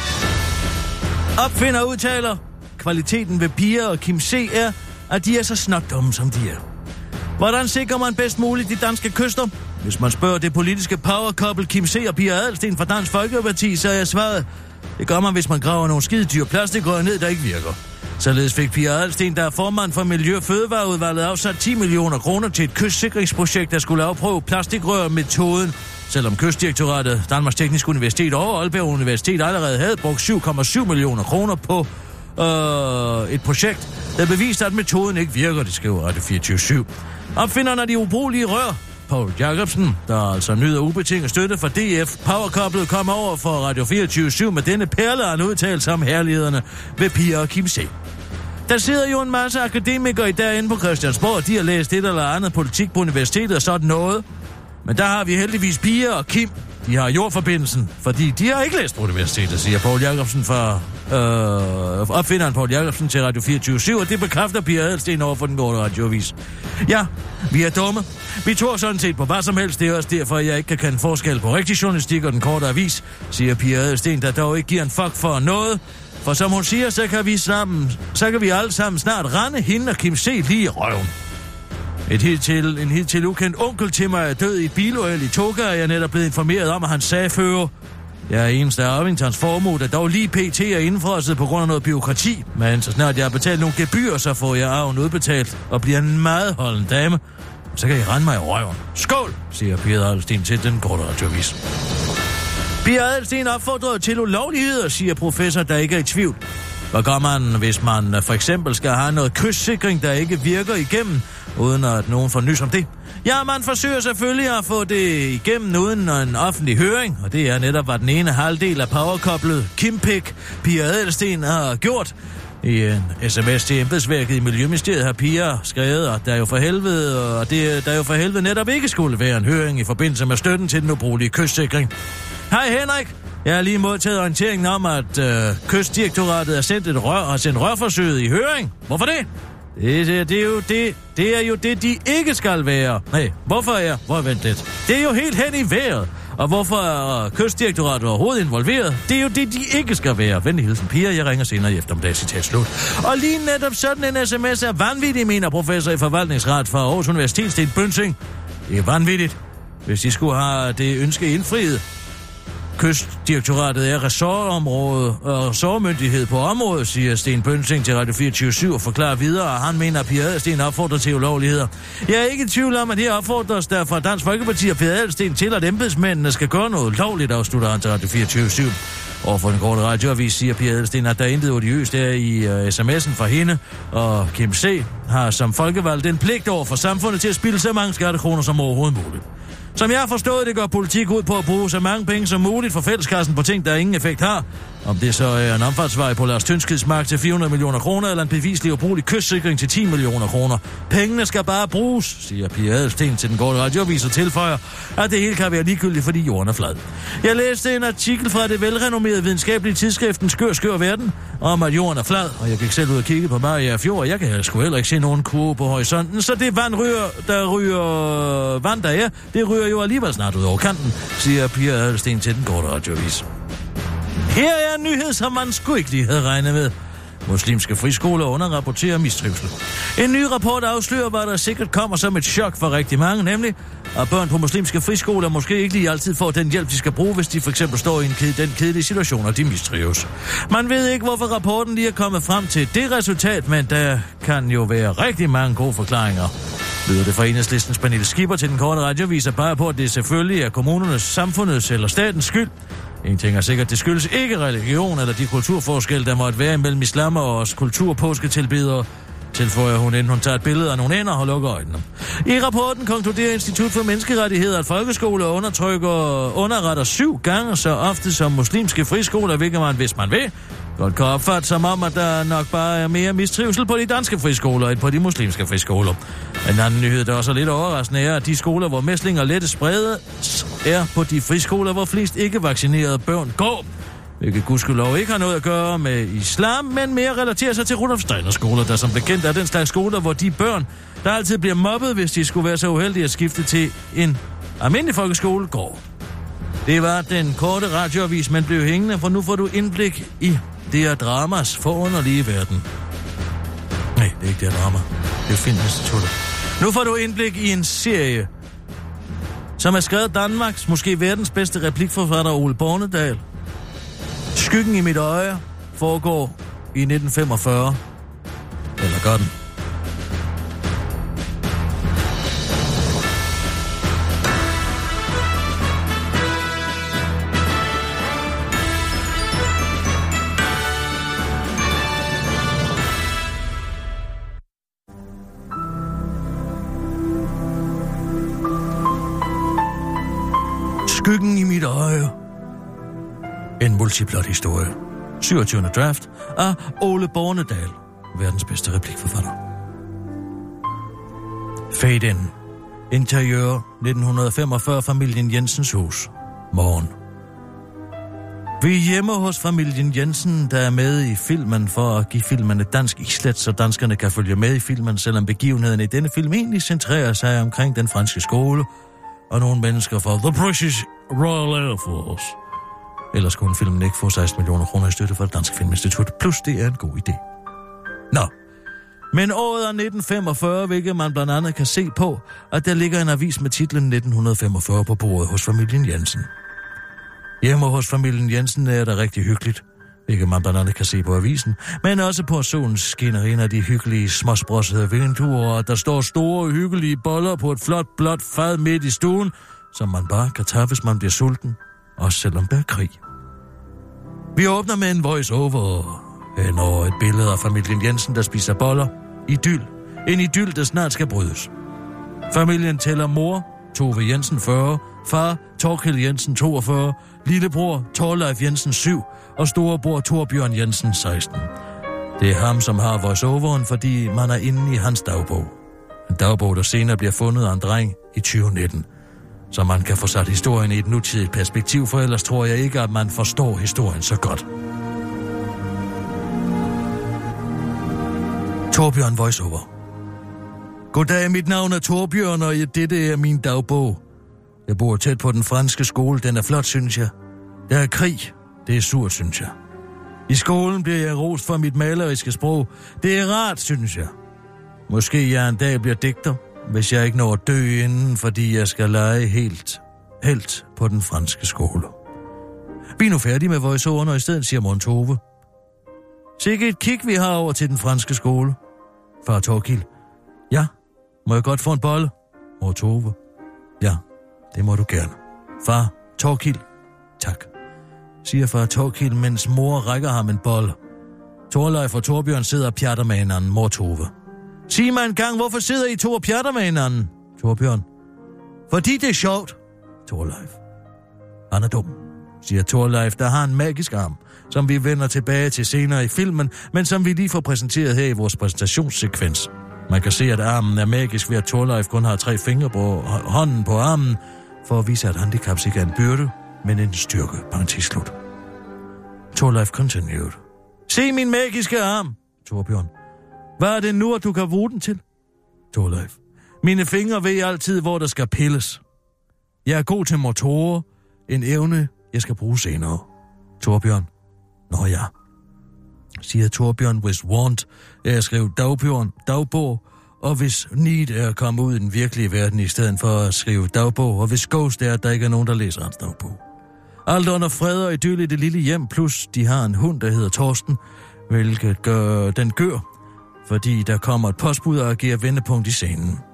[SPEAKER 2] Opfinder udtaler, kvaliteten ved Pia og Kim C. er, at de er så snotdumme, som de er. Hvordan sikrer man bedst muligt de danske kyster? Hvis man spørger det politiske power-couple Kim C. og Pia Adelsten fra Dansk Folkeparti, så er jeg svaret, det gør man, hvis man graver nogle skide dyr plastikrør ned, der ikke virker. Således fik Pia Adelsten, der er formand for Miljø- og Fødevareudvalget, afsat ti millioner kroner til et kystsikringsprojekt, der skulle afprøve plastikrør-metoden, selvom Kystdirektoratet, Danmarks Tekniske Universitet og Aalborg Universitet allerede havde brugt syv komma syv millioner kroner på øh, et projekt, der beviste, at metoden ikke virker, det skriver Radio fireogtyve syv. Opfinderne af de ubrugelige rør, Poul Jacobsen, der altså nyder ubetinget støtte fra D F, powerkoblet kom over for Radio fireogtyve syv med denne perle af en udtalelse om herlighederne ved Pia og Kim C. Der sidder jo en masse akademikere i dag inde på Christiansborg, de har læst et eller andet politik på universitetet og sådan noget. Men der har vi heldigvis Pia og Kim. De har jordforbindelsen, fordi de har ikke læst på universitetet, siger Poul Jacobsen fra øh, opfinderen Poul Jacobsen til Radio fireogtyve syv, og det bekræfter Pia Adelsten over for den korte radioavis. Ja, vi er dumme. Vi tror sådan set på hvad som helst. Det er også derfor, jeg ikke kan kende forskel på rigtig journalistik og den korte avis, siger Pia Adelsten, der dog ikke giver en fuck for noget. For som hun siger, så kan vi sammen, så kan vi alle sammen snart rende hende og Kim C. lige i røven. Et hidtil, en hidtil ukendt onkel til mig er død i et biluheld i Toga, og jeg er netop blevet informeret om, at han sagfører. Jeg er eneste af Arvingtons formue, der dog lige pt. Er indfrosset på grund af noget byråkrati. Men så snart jeg har betalt nogle gebyr, så får jeg arven udbetalt og bliver en meget holden dame. Så kan I rende mig i røven. Skål, siger Pia Adelsten til den korte radioavis. Pia Adelsten opfordrer til ulovligheder, siger professor, der ikke er i tvivl. Hvad gør man, hvis man for eksempel skal have noget kystsikring, der ikke virker igennem, uden at nogen får nys om det? Ja, man forsøger selvfølgelig at få det igennem uden en offentlig høring, og det er netop, hvad den ene halvdel af powerkoblet Kimpik Pia Adelsten har gjort. I en sms til embedsværket i Miljøministeriet har Pia skrevet, at der jo for helvede, og det, der jo for helvede netop ikke skulle være en høring i forbindelse med støtten til den ubrugelige kystsikring. Hej Henrik! Jeg har lige modtaget orienteringen om, at øh, Kystdirektoratet har sendt et rør og har sendt rørforsøget i høring. Hvorfor det? Det, det, det, er jo det, det er jo det, de ikke skal være. Nej, hvorfor er Hvor vent lidt? Det er jo helt hen i vejret. Og hvorfor er Kystdirektoratet overhovedet involveret? Det er jo det, de ikke skal være. Venlig hilsen, Pia. Jeg ringer senere i eftermiddag, citat slut. Og lige netop sådan en sms er vanvittig, mener professor i forvaltningsret fra Aarhus Universitet, Sten Bønsing. Det er vanvittigt, hvis de skulle have det ønske indfriet. Kystdirektoratet er ressortområde og ressortmyndighed på området, siger Sten Bønsing til Radio fireogtyve syv og forklarer videre, at han mener, at Pia Adelsten opfordrer til ulovligheder. Jeg er ikke i tvivl om, at det opfordres der fra Dansk Folkeparti og Pia Adelsten til, at embedsmændene skal gøre noget lovligt, afslutter han til Radio fireogtyve syv. Overfor den korte radioavis siger Pia Adelsten, at der er intet odiøst der i uh, sms'en fra hende, og Kim C. har som folkevalgt en pligt over for samfundet til at spilde så mange skattekroner som overhovedet muligt. Som jeg har forstået, det går politik ud på at bruge så mange penge som muligt for fælleskassen på ting, der ingen effekt har. Om det så er en omfartsvej på Lars Tønskids mark til fire hundrede millioner kroner, eller en bevislig ubrugelig kystsikring til ti millioner kroner. Pengene skal bare bruges, siger Pia Adelsten til den korte radioavis og tilføjer, at det hele kan være ligegyldigt, fordi jorden er flad. Jeg læste en artikel fra det velrenommerede videnskabelige tidsskriften Skør Skør Verden om, at jorden er flad, og jeg gik selv ud og kigge på Maria Fjord, og jeg kan sgu heller ikke se nogen kurve på horisonten, så det vand ryger, der ryger vand, der er, det ryger jo alligevel snart ud over kanten, siger Pia Adelsten til den korte radioavis. Her er en nyhed, som man sgu ikke lige havde regnet med. Muslimske friskoler underrapporterer mistrivsel. En ny rapport afslører, hvad der sikkert kommer som et chok for rigtig mange, nemlig at børn på muslimske friskoler måske ikke lige altid får den hjælp, de skal bruge, hvis de for eksempel står i en ked- den kedelige situation, og de mistrives. Man ved ikke, hvorfor rapporten lige er kommet frem til det resultat, men der kan jo være rigtig mange gode forklaringer. Lyder det fra Enhedslistens Pernille Skipper til den korte radioavis og bare på, at det selvfølgelig er kommunernes, samfundets eller statens skyld. En ting er sikkert, det skyldes ikke religion eller de kulturforskelle, der måtte være imellem islam og os kulturpåsketilbedere, tilføjer hun, inden hun tager et billede af nogle ender og lukker øjnene. I rapporten konkluderer Institut for Menneskerettigheder, at folkeskoler undertrykker underretter syv gange så ofte som muslimske friskoler, hvilket man, hvis man vil, godt kan opfatte som om, at der nok bare er mere mistrivsel på de danske friskoler end på de muslimske friskoler. En anden nyhed, der også er lidt overraskende, er, at de skoler, hvor mæslinger lette spredes, er på de friskoler, hvor flest ikke-vaccinerede børn går. Hvilket gudskelov ikke har noget at gøre med islam, men mere relaterer sig til Rudolf Steiner skoler, der som bekendt er den slags skoler, hvor de børn, der altid bliver mobbet, hvis de skulle være så uheldige at skifte til en almindelig folkeskole, går. Det var den korte radioavis, men blev hængende, for nu får du indblik i det er dramas forunderlige verden. Nej, det er ikke det drama. Det er Filminstituttet. Nu får du indblik i en serie, som er skrevet Danmarks, måske verdens bedste replikforfatter Ole Bornedal. Skyggen i mit øje foregår i nitten femogfyrre. Eller gør den? Skyggen i mit øje. En multiplot historie. syvogtyvende draft af Ole Bornedal, verdens bedste replikforfatter. Fade in. Interiør nitten femogfyrre, familien Jensens hus. Morgen. Vi er hjemme hos familien Jensen, der er med i filmen for at give filmen et dansk islet, så danskerne kan følge med i filmen, selvom begivenheden i denne film egentlig centrerer sig omkring den franske skole og nogle mennesker fra The British Royal Air Force. Ellers kunne filmen ikke få seksten millioner kroner i støtte fra det Danske Filminstitut, plus det er en god idé. Nå, men året er nitten femogfyrre, hvilket man blandt andet kan se på, at der ligger en avis med titlen nitten femogfyrre på bordet hos familien Jensen. Hjemme hos familien Jensen er der rigtig hyggeligt, hvilket man blandt andet kan se på avisen, men også på solens skinner ind af de hyggelige småsprossede vinduer, og der står store hyggelige boller på et flot blåt fad midt i stuen, som man bare kan tage, hvis man bliver sulten, også selvom der er krig. Vi åbner med en voice-over hen over et billede af familien Jensen, der spiser boller. Idyl. En idyl, der snart skal brydes. Familien tæller mor, Tove Jensen fyrre, far, Torkild Jensen toogfyrre, lillebror, Torleif Jensen syv og storebror Torbjørn Jensen seksten. Det er ham, som har voice-overen, fordi man er inde i hans dagbog. En dagbog, der senere bliver fundet af en dreng i tyve nitten. Så man kan få sat historien i et nutidigt perspektiv, for ellers tror jeg ikke, at man forstår historien så godt. Torbjørn voiceover. Goddag, mit navn er Torbjørn, og dette er min dagbog. Jeg bor tæt på den franske skole, den er flot, synes jeg. Der er krig, det er surt, synes jeg. I skolen bliver jeg rost for mit maleriske sprog. Det er rart, synes jeg. Måske jeg en dag bliver digter, hvis jeg ikke når at dø inden, fordi jeg skal lege helt, helt på den franske skole. Vi er nu færdige med voiceoveren, og i stedet siger mor Tove. Sikke et kig, vi har over til den franske skole. Far Torkild. Ja, må jeg godt få en bolle? Mor Tove. Ja, det må du gerne. Far Torkild. Tak, siger far Torkild, mens mor rækker ham en bolle. Torleif og Torbjørn sidder og pjatter med hinanden. Mor Tove. Sig mig en gang, hvorfor sidder I to og pjatter med hinanden? Torbjørn. Fordi det er sjovt. Torleif. Han er dum, siger Torleif, der har en magisk arm, som vi vender tilbage til senere i filmen, men som vi lige får præsenteret her i vores præsentationssekvens. Man kan se, at armen er magisk ved, at Torleif kun har tre fingre på hånden på armen, for at vise, at handicaps ikke er en byrde, men en styrke. Parentes slut. Torleif continued. Se min magiske arm, Torbjørn. Hvad er det nu, at du kan bruge den til? Torleif. Mine fingre ved altid, hvor der skal pilles. Jeg er god til motorer. En evne, jeg skal bruge senere. Torbjørn. Nå ja, siger Torbjørn, hvis want er at skrive dagbjørn, dagbog, og hvis need er at komme ud i den virkelige verden i stedet for at skrive dagbog, og hvis ghost er, at der ikke er nogen, der læser hans dagbog. Alt under fred og idyll i det lille hjem, plus de har en hund, der hedder Torsten, hvilket gør den gør, fordi der kommer et postbud og agerer vendepunkt i scenen.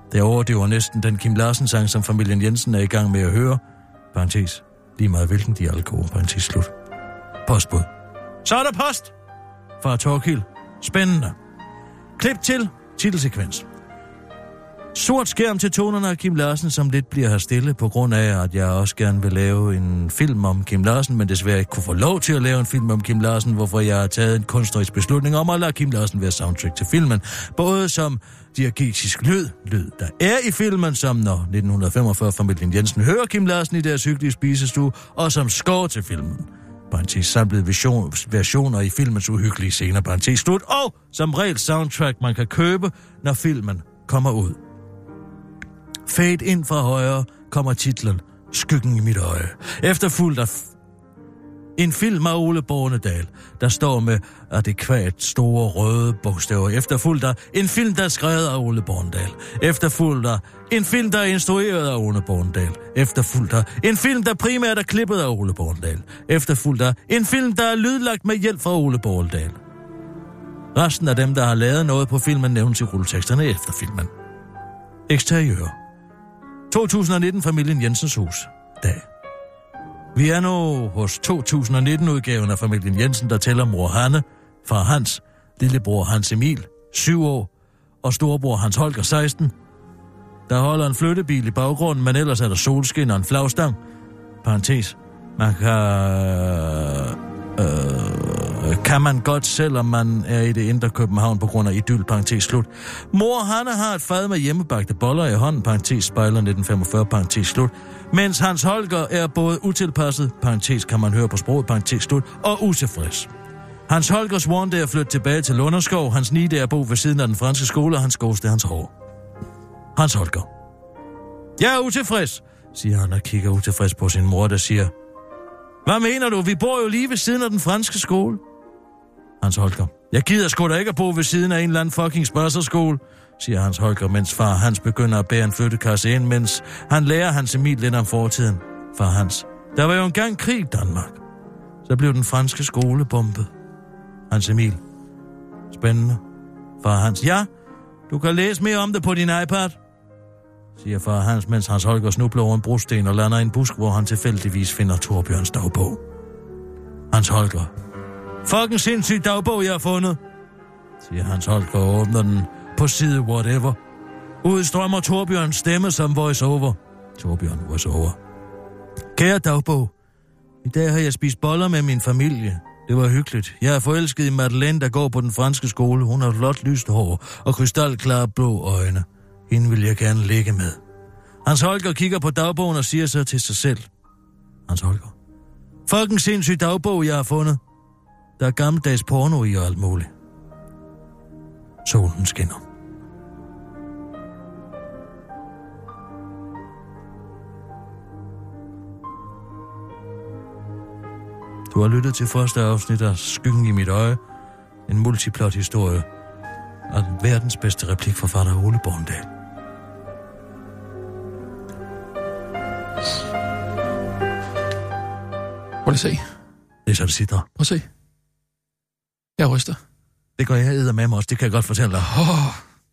[SPEAKER 2] Det overdøver næsten den Kim Larsen-sang, som familien Jensen er i gang med at høre. Parentes. Lige meget hvilken de er alkohol. Parentes slut. Postbud. Så er der post fra Torkild. Spændende. Klip til titelsekvens. Sort skærm til tonerne af Kim Larsen, som lidt bliver her stille på grund af, at jeg også gerne vil lave en film om Kim Larsen, men desværre ikke kunne få lov til at lave en film om Kim Larsen, hvorfor jeg har taget en kunstnerisk beslutning om at lade Kim Larsen være soundtrack til filmen. Både som diegetisk lyd, lyd der er i filmen, som når nitten femogfyrre-familien Jensen hører Kim Larsen i deres hyggelige spisestue, og som score til filmen. Parentes samlede vision, versioner i filmens uhyggelige scener, parentes slut, og som regel soundtrack, man kan købe, når filmen kommer ud. Fade ind fra højre kommer titlen Skyggen i mit øje. Efterfulgt af f- en film af Ole Bornedal, der står med adekvat store røde bogstaver. Efterfulgt af en film, der er skrevet af Ole Bornedal. Efterfulgt af en film, der er instrueret af Ole Bornedal. Efterfulgt af en film, der primært er klippet af Ole Bornedal. Efterfulgt af en film, der er lydlagt med hjælp fra Ole Bornedal. Resten af dem, der har lavet noget på filmen, nævnes i rulleteksterne efter filmen. Eksteriør. to tusind nitten Familien Jensens hus. Dag. Vi er nu hos to tusind nitten-udgaven af Familien Jensen, der tæller mor Hanne, far Hans, lillebror Hans Emil, syv år, og storebror Hans Holger, seksten. Der holder en flyttebil i baggrunden, men ellers er der solskin og en flagstang. Parentes. Man kan... Øh, kan man godt, selvom man er i det indre København på grund af idyll, parentes slut. Mor Hanne har et fad med hjemmebagte boller i hånden, parentes spejler nitten femogfyrre, parentes slut. Mens Hans Holger er både utilpasset, parentes kan man høre på sproget, parentes slut, og utilfreds. Hans Holgers one er at flytte tilbage til Lunderskov, hans ni er at bo ved siden af den franske skole, og hans skovs det hans hår. Hans Holger. Jeg er utilfreds, siger han og kigger utilfreds på sin mor, der siger: Hvad mener du? Vi bor jo lige ved siden af den franske skole. Hans Holger. Jeg gider sgu da ikke at bo ved siden af en eller anden fucking spørgerskole, siger Hans Holger, mens far Hans begynder at bære en flyttekasse ind, mens han lærer Hans Emil lidt om fortiden. Far Hans. Der var jo engang krig i Danmark. Så blev den franske skole bombet. Hans Emil. Spændende. Far Hans. Ja, du kan læse mere om det på din iPad, siger far Hans, mens Hans Holger snubler over en brosten og lander i en busk, hvor han tilfældigvis finder Torbjørns dagbog. Hans Holger. Fucking sindssygt dagbog, jeg har fundet, siger Hans Holger og åbner den på side whatever. Udstrømmer Torbjørns stemme som voice-over. Torbjørn voice-over. Kære dagbog, i dag har jeg spist boller med min familie. Det var hyggeligt. Jeg er forelsket i Madeleine, der går på den franske skole. Hun har flot lyst hår og krystalklare blå øjne. Hende vil jeg gerne ligge med. Hans Holger kigger på dagbogen og siger så til sig selv. Hans Holger. Fucking sindssyg dagbog, jeg har fundet. Der er gammeldags porno i og alt muligt. Solen skinner. Du har lyttet til første afsnit af Skyggen i mit øje. En multiplot historie af verdens bedste replikforfatter Ole Bornedal.
[SPEAKER 3] Prøv at se.
[SPEAKER 2] Det er så, det sidder.
[SPEAKER 3] Prøv at se. Jeg ryster.
[SPEAKER 2] Det gør jeg æder med mig også, det kan jeg godt fortælle dig.
[SPEAKER 3] Oh.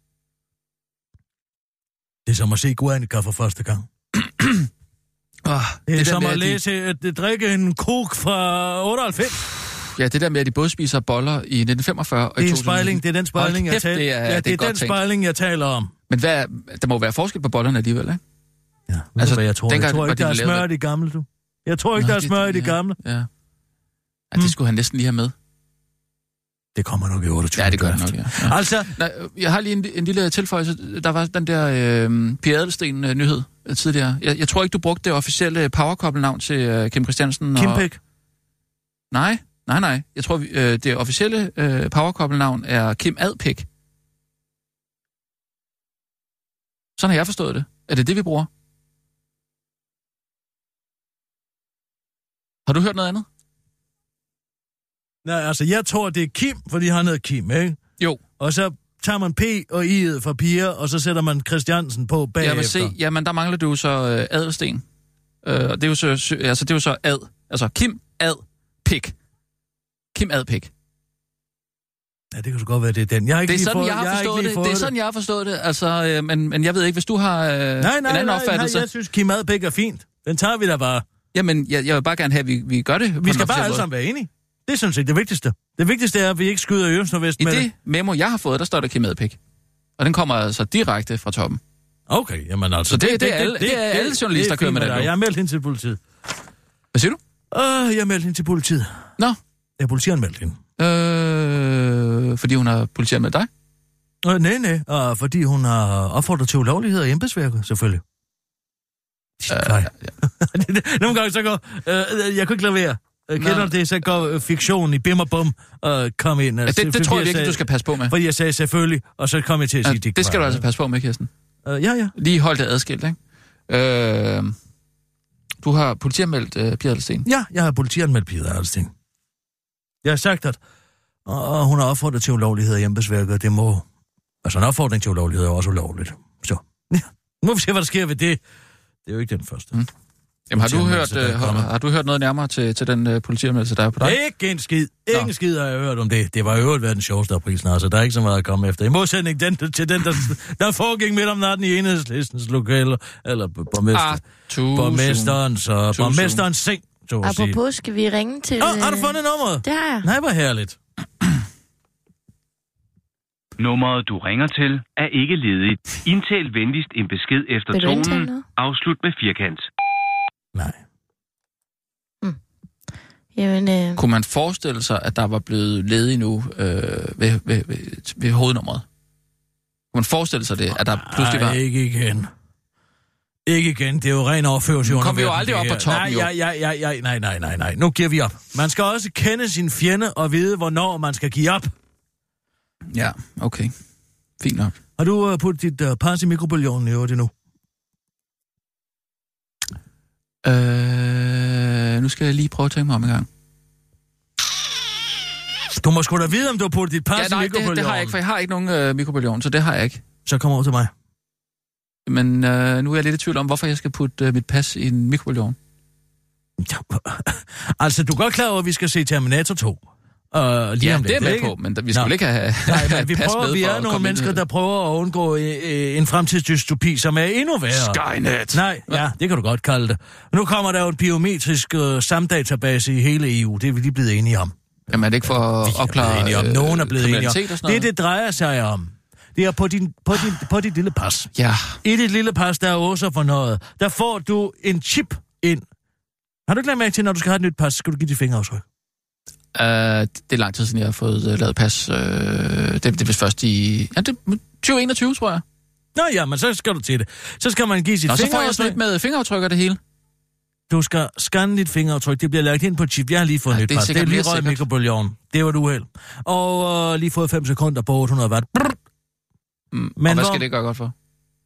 [SPEAKER 2] Det er som at se Guernica for første gang.
[SPEAKER 3] oh,
[SPEAKER 2] det er det som at læse, de... at, at drikke en kok fra otteoghalvfems.
[SPEAKER 3] Ja, det der med, at de både spiser boller i nitten femogfyrre og i
[SPEAKER 2] det er en spejling, det er den spejling, jeg taler om. Ja, det er, det er den spejling, jeg taler om.
[SPEAKER 3] Men hvad, der må være forskel på bollerne alligevel, ikke?
[SPEAKER 2] Ja, altså, hvad jeg tror, jeg tror ikke, der er smør i de gamle, du. Jeg tror ikke, Nå, der er smør det, i de gamle.
[SPEAKER 3] Ja, ja. ja det skulle han næsten lige have med.
[SPEAKER 2] Det kommer nok i otteogtyve.
[SPEAKER 3] Ja, det gør det nok, ja. ja. Altså... Nej, jeg har lige en, en lille tilføjelse. Der var den der øh, Pia Adelsten-nyhed øh, tidligere. Jeg, jeg tror ikke, du brugte det officielle powercouple-navn til øh, Kim Christiansen.
[SPEAKER 2] Kim Pæk?
[SPEAKER 3] Nej, nej, nej. Jeg tror, øh, det officielle øh, powercouple-navn er Kim Adpæk. Sådan har jeg forstået det. Er det det, vi bruger? Har du hørt noget andet?
[SPEAKER 2] Nej, altså, jeg tror, det er Kim, fordi han hedder Kim, ikke?
[SPEAKER 3] Jo.
[SPEAKER 2] Og så tager man P og I'et fra Pia, og så sætter man Christiansen på bagefter.
[SPEAKER 3] Jeg vil se, jamen, der mangler du så øh, Adelsten. Øh, og det er jo så, altså, det er jo så Ad. Altså, Kim Ad Pik. Kim Ad Pik.
[SPEAKER 2] Ja, det kan så godt være, det er den. Jeg har ikke
[SPEAKER 3] det er sådan,
[SPEAKER 2] fået,
[SPEAKER 3] jeg har
[SPEAKER 2] jeg
[SPEAKER 3] forstået
[SPEAKER 2] har
[SPEAKER 3] det. Det er sådan, jeg har forstået det. Altså, øh, men, men jeg ved ikke, hvis du har øh, nej, nej, en anden
[SPEAKER 2] nej,
[SPEAKER 3] opfattelse.
[SPEAKER 2] Nej, jeg synes, Kim Madbæk er fint. Den tager vi da bare.
[SPEAKER 3] Jamen, jeg, jeg vil bare gerne have, at vi, vi gør det.
[SPEAKER 2] Vi skal bare alle sammen være enige. Det er sådan set det vigtigste. Det vigtigste er, at vi ikke skyder i øst og vest
[SPEAKER 3] I
[SPEAKER 2] med
[SPEAKER 3] det
[SPEAKER 2] det.
[SPEAKER 3] memo, jeg har fået, der står der Kim Madbæk. Og den kommer altså direkte fra toppen.
[SPEAKER 2] Okay, jamen altså...
[SPEAKER 3] Så det, det, det, det, er, alle, det, det er alle journalister, der kører med det.
[SPEAKER 2] Jeg har meldt hende til politiet.
[SPEAKER 3] Hvad siger du?
[SPEAKER 2] Uh, jeg har meldt hende til politiet.
[SPEAKER 3] Nå.
[SPEAKER 2] Jeg har politianmeldt hende.
[SPEAKER 3] Øh, fordi hun har politianmeldt dig?
[SPEAKER 2] Uh, nej, nej. Uh, fordi hun har opfordret til ulovligheder i embedsværket, selvfølgelig. Uh, ja, ja. Nogle gange så går... Uh, jeg kunne ikke lade være. Uh, kender det, så går uh, fiktionen i bim og bum og kom ind.
[SPEAKER 3] Ja, det, det tror jeg virkelig, sagde, du skal passe på med.
[SPEAKER 2] Fordi jeg sagde selvfølgelig, og så kom jeg til at sige... Ja,
[SPEAKER 3] det, det skal du altså passe på med, Kirsten.
[SPEAKER 2] Uh, ja, ja.
[SPEAKER 3] Lige hold det adskilt, ikke? Øh, du har politianmeldt uh, Pia Adelsteen?
[SPEAKER 2] Ja, jeg har politianmeldt Pia Adelsteen. Jeg har sagt, at og hun har opfordret til ulovligheder i embedsværket, og det må... Altså en opfordring til ulovligheder er også ulovligt. Så, ja. Nu må vi se, hvad der sker ved det. Det er jo ikke den første. Mm.
[SPEAKER 3] Jamen, har du, hørt, øh, har, har du hørt noget nærmere til, til den uh, politianmeldelse, der er på dig?
[SPEAKER 2] Ikke en skid. Ikke en skid har jeg hørt om det. Det var jo været den sjoveste af prisen, altså. Der er ikke så meget at komme efter. I modsætning den, til den, der, der foregik midt om natten i Enhedslistens lokaler, eller borgmester, ah, borgmesterens og borgmesterens seng, så at sige.
[SPEAKER 4] Apropos, skal vi ringe til...
[SPEAKER 2] Åh, oh, har du fundet nummeret?
[SPEAKER 4] Det har jeg.
[SPEAKER 2] Nej, hvor herligt.
[SPEAKER 10] Nummeret, du ringer til, er ikke ledigt. Indtal venligst en besked efter tonen. Afslut med firkant.
[SPEAKER 2] Nej.
[SPEAKER 4] Hmm. Jamen, øh...
[SPEAKER 3] Kunne man forestille sig, at der var blevet ledig nu øh, ved, ved, ved, ved hovednummeret? Kunne man forestille sig det, at der pludselig var...
[SPEAKER 2] Nej, ikke igen. Ikke igen. Det er jo ren overførsel.
[SPEAKER 3] Nu kommer vi jo aldrig op på toppen,
[SPEAKER 2] nej,
[SPEAKER 3] jo.
[SPEAKER 2] Ja, ja, ja, ja, nej, nej, nej, nej. Nu giver vi op. Man skal også kende sin fjende og vide, hvornår man skal give op.
[SPEAKER 3] Ja, okay. Fint nok.
[SPEAKER 2] Har du uh, puttet dit uh, pas i mikrobølgeovnen i øvrigt endnu?
[SPEAKER 3] Øh, nu skal jeg lige prøve at tænke mig om en gang.
[SPEAKER 2] Du må sgu da vide, om du har puttet dit pas
[SPEAKER 3] ja, nej,
[SPEAKER 2] i mikrobølgeovnen.
[SPEAKER 3] Det, det har jeg ikke, for jeg har ikke nogen øh, mikrobølgeovn, så det har jeg ikke.
[SPEAKER 2] Så kom over til mig.
[SPEAKER 3] Men øh, nu er jeg lidt i tvivl om, hvorfor jeg skal putte øh, mit pas i en mikrobølgeovn.
[SPEAKER 2] Ja, altså, du er godt klar over, at vi skal se Terminator to. Uh, lige
[SPEAKER 3] ja,
[SPEAKER 2] om
[SPEAKER 3] det er med på, men vi skal ikke have,
[SPEAKER 2] nej, men vi, prøver, vi er nogle mennesker,
[SPEAKER 3] ind.
[SPEAKER 2] der prøver at undgå øh, en fremtidsdystopi, som er endnu værre.
[SPEAKER 3] Skynet!
[SPEAKER 2] Nej, ja, det kan du godt kalde det. Nu kommer der jo en biometrisk øh, samdatabase i hele E U. Det er vi lige blevet enige om.
[SPEAKER 3] Jamen er det ikke for at opklare
[SPEAKER 2] enige om. Nogen er blevet enige om.
[SPEAKER 3] Det,
[SPEAKER 2] det drejer sig om. Det er på din, på din, på dit lille pas.
[SPEAKER 3] Ja.
[SPEAKER 2] I dit lille pas, der er også for noget. Der får du en chip ind. Har du ikke lagt mærke til, når du skal have et nyt pas, skal du give dit fingeraftryk?
[SPEAKER 3] Uh, det er lang tid siden, jeg har fået uh, lavet pas. Uh, det, det er vist først i ja, det, tyve enogtyve, tror jeg.
[SPEAKER 2] Nå ja, men så skal du til det. Så skal man give sit
[SPEAKER 3] Nå,
[SPEAKER 2] fingeraftryk.
[SPEAKER 3] så får jeg sådan med fingeraftryk og det hele.
[SPEAKER 2] Du skal scanne dit fingeraftryk. Det bliver lagt ind på chip. Jeg har lige fået ja, nyt pas. Det er lige røget mikrobølgeovnen. Det var du uheld. Og uh, lige fået fem sekunder på otte hundrede watt.
[SPEAKER 3] Mm, men og hvad hvor... skal det gøre godt for?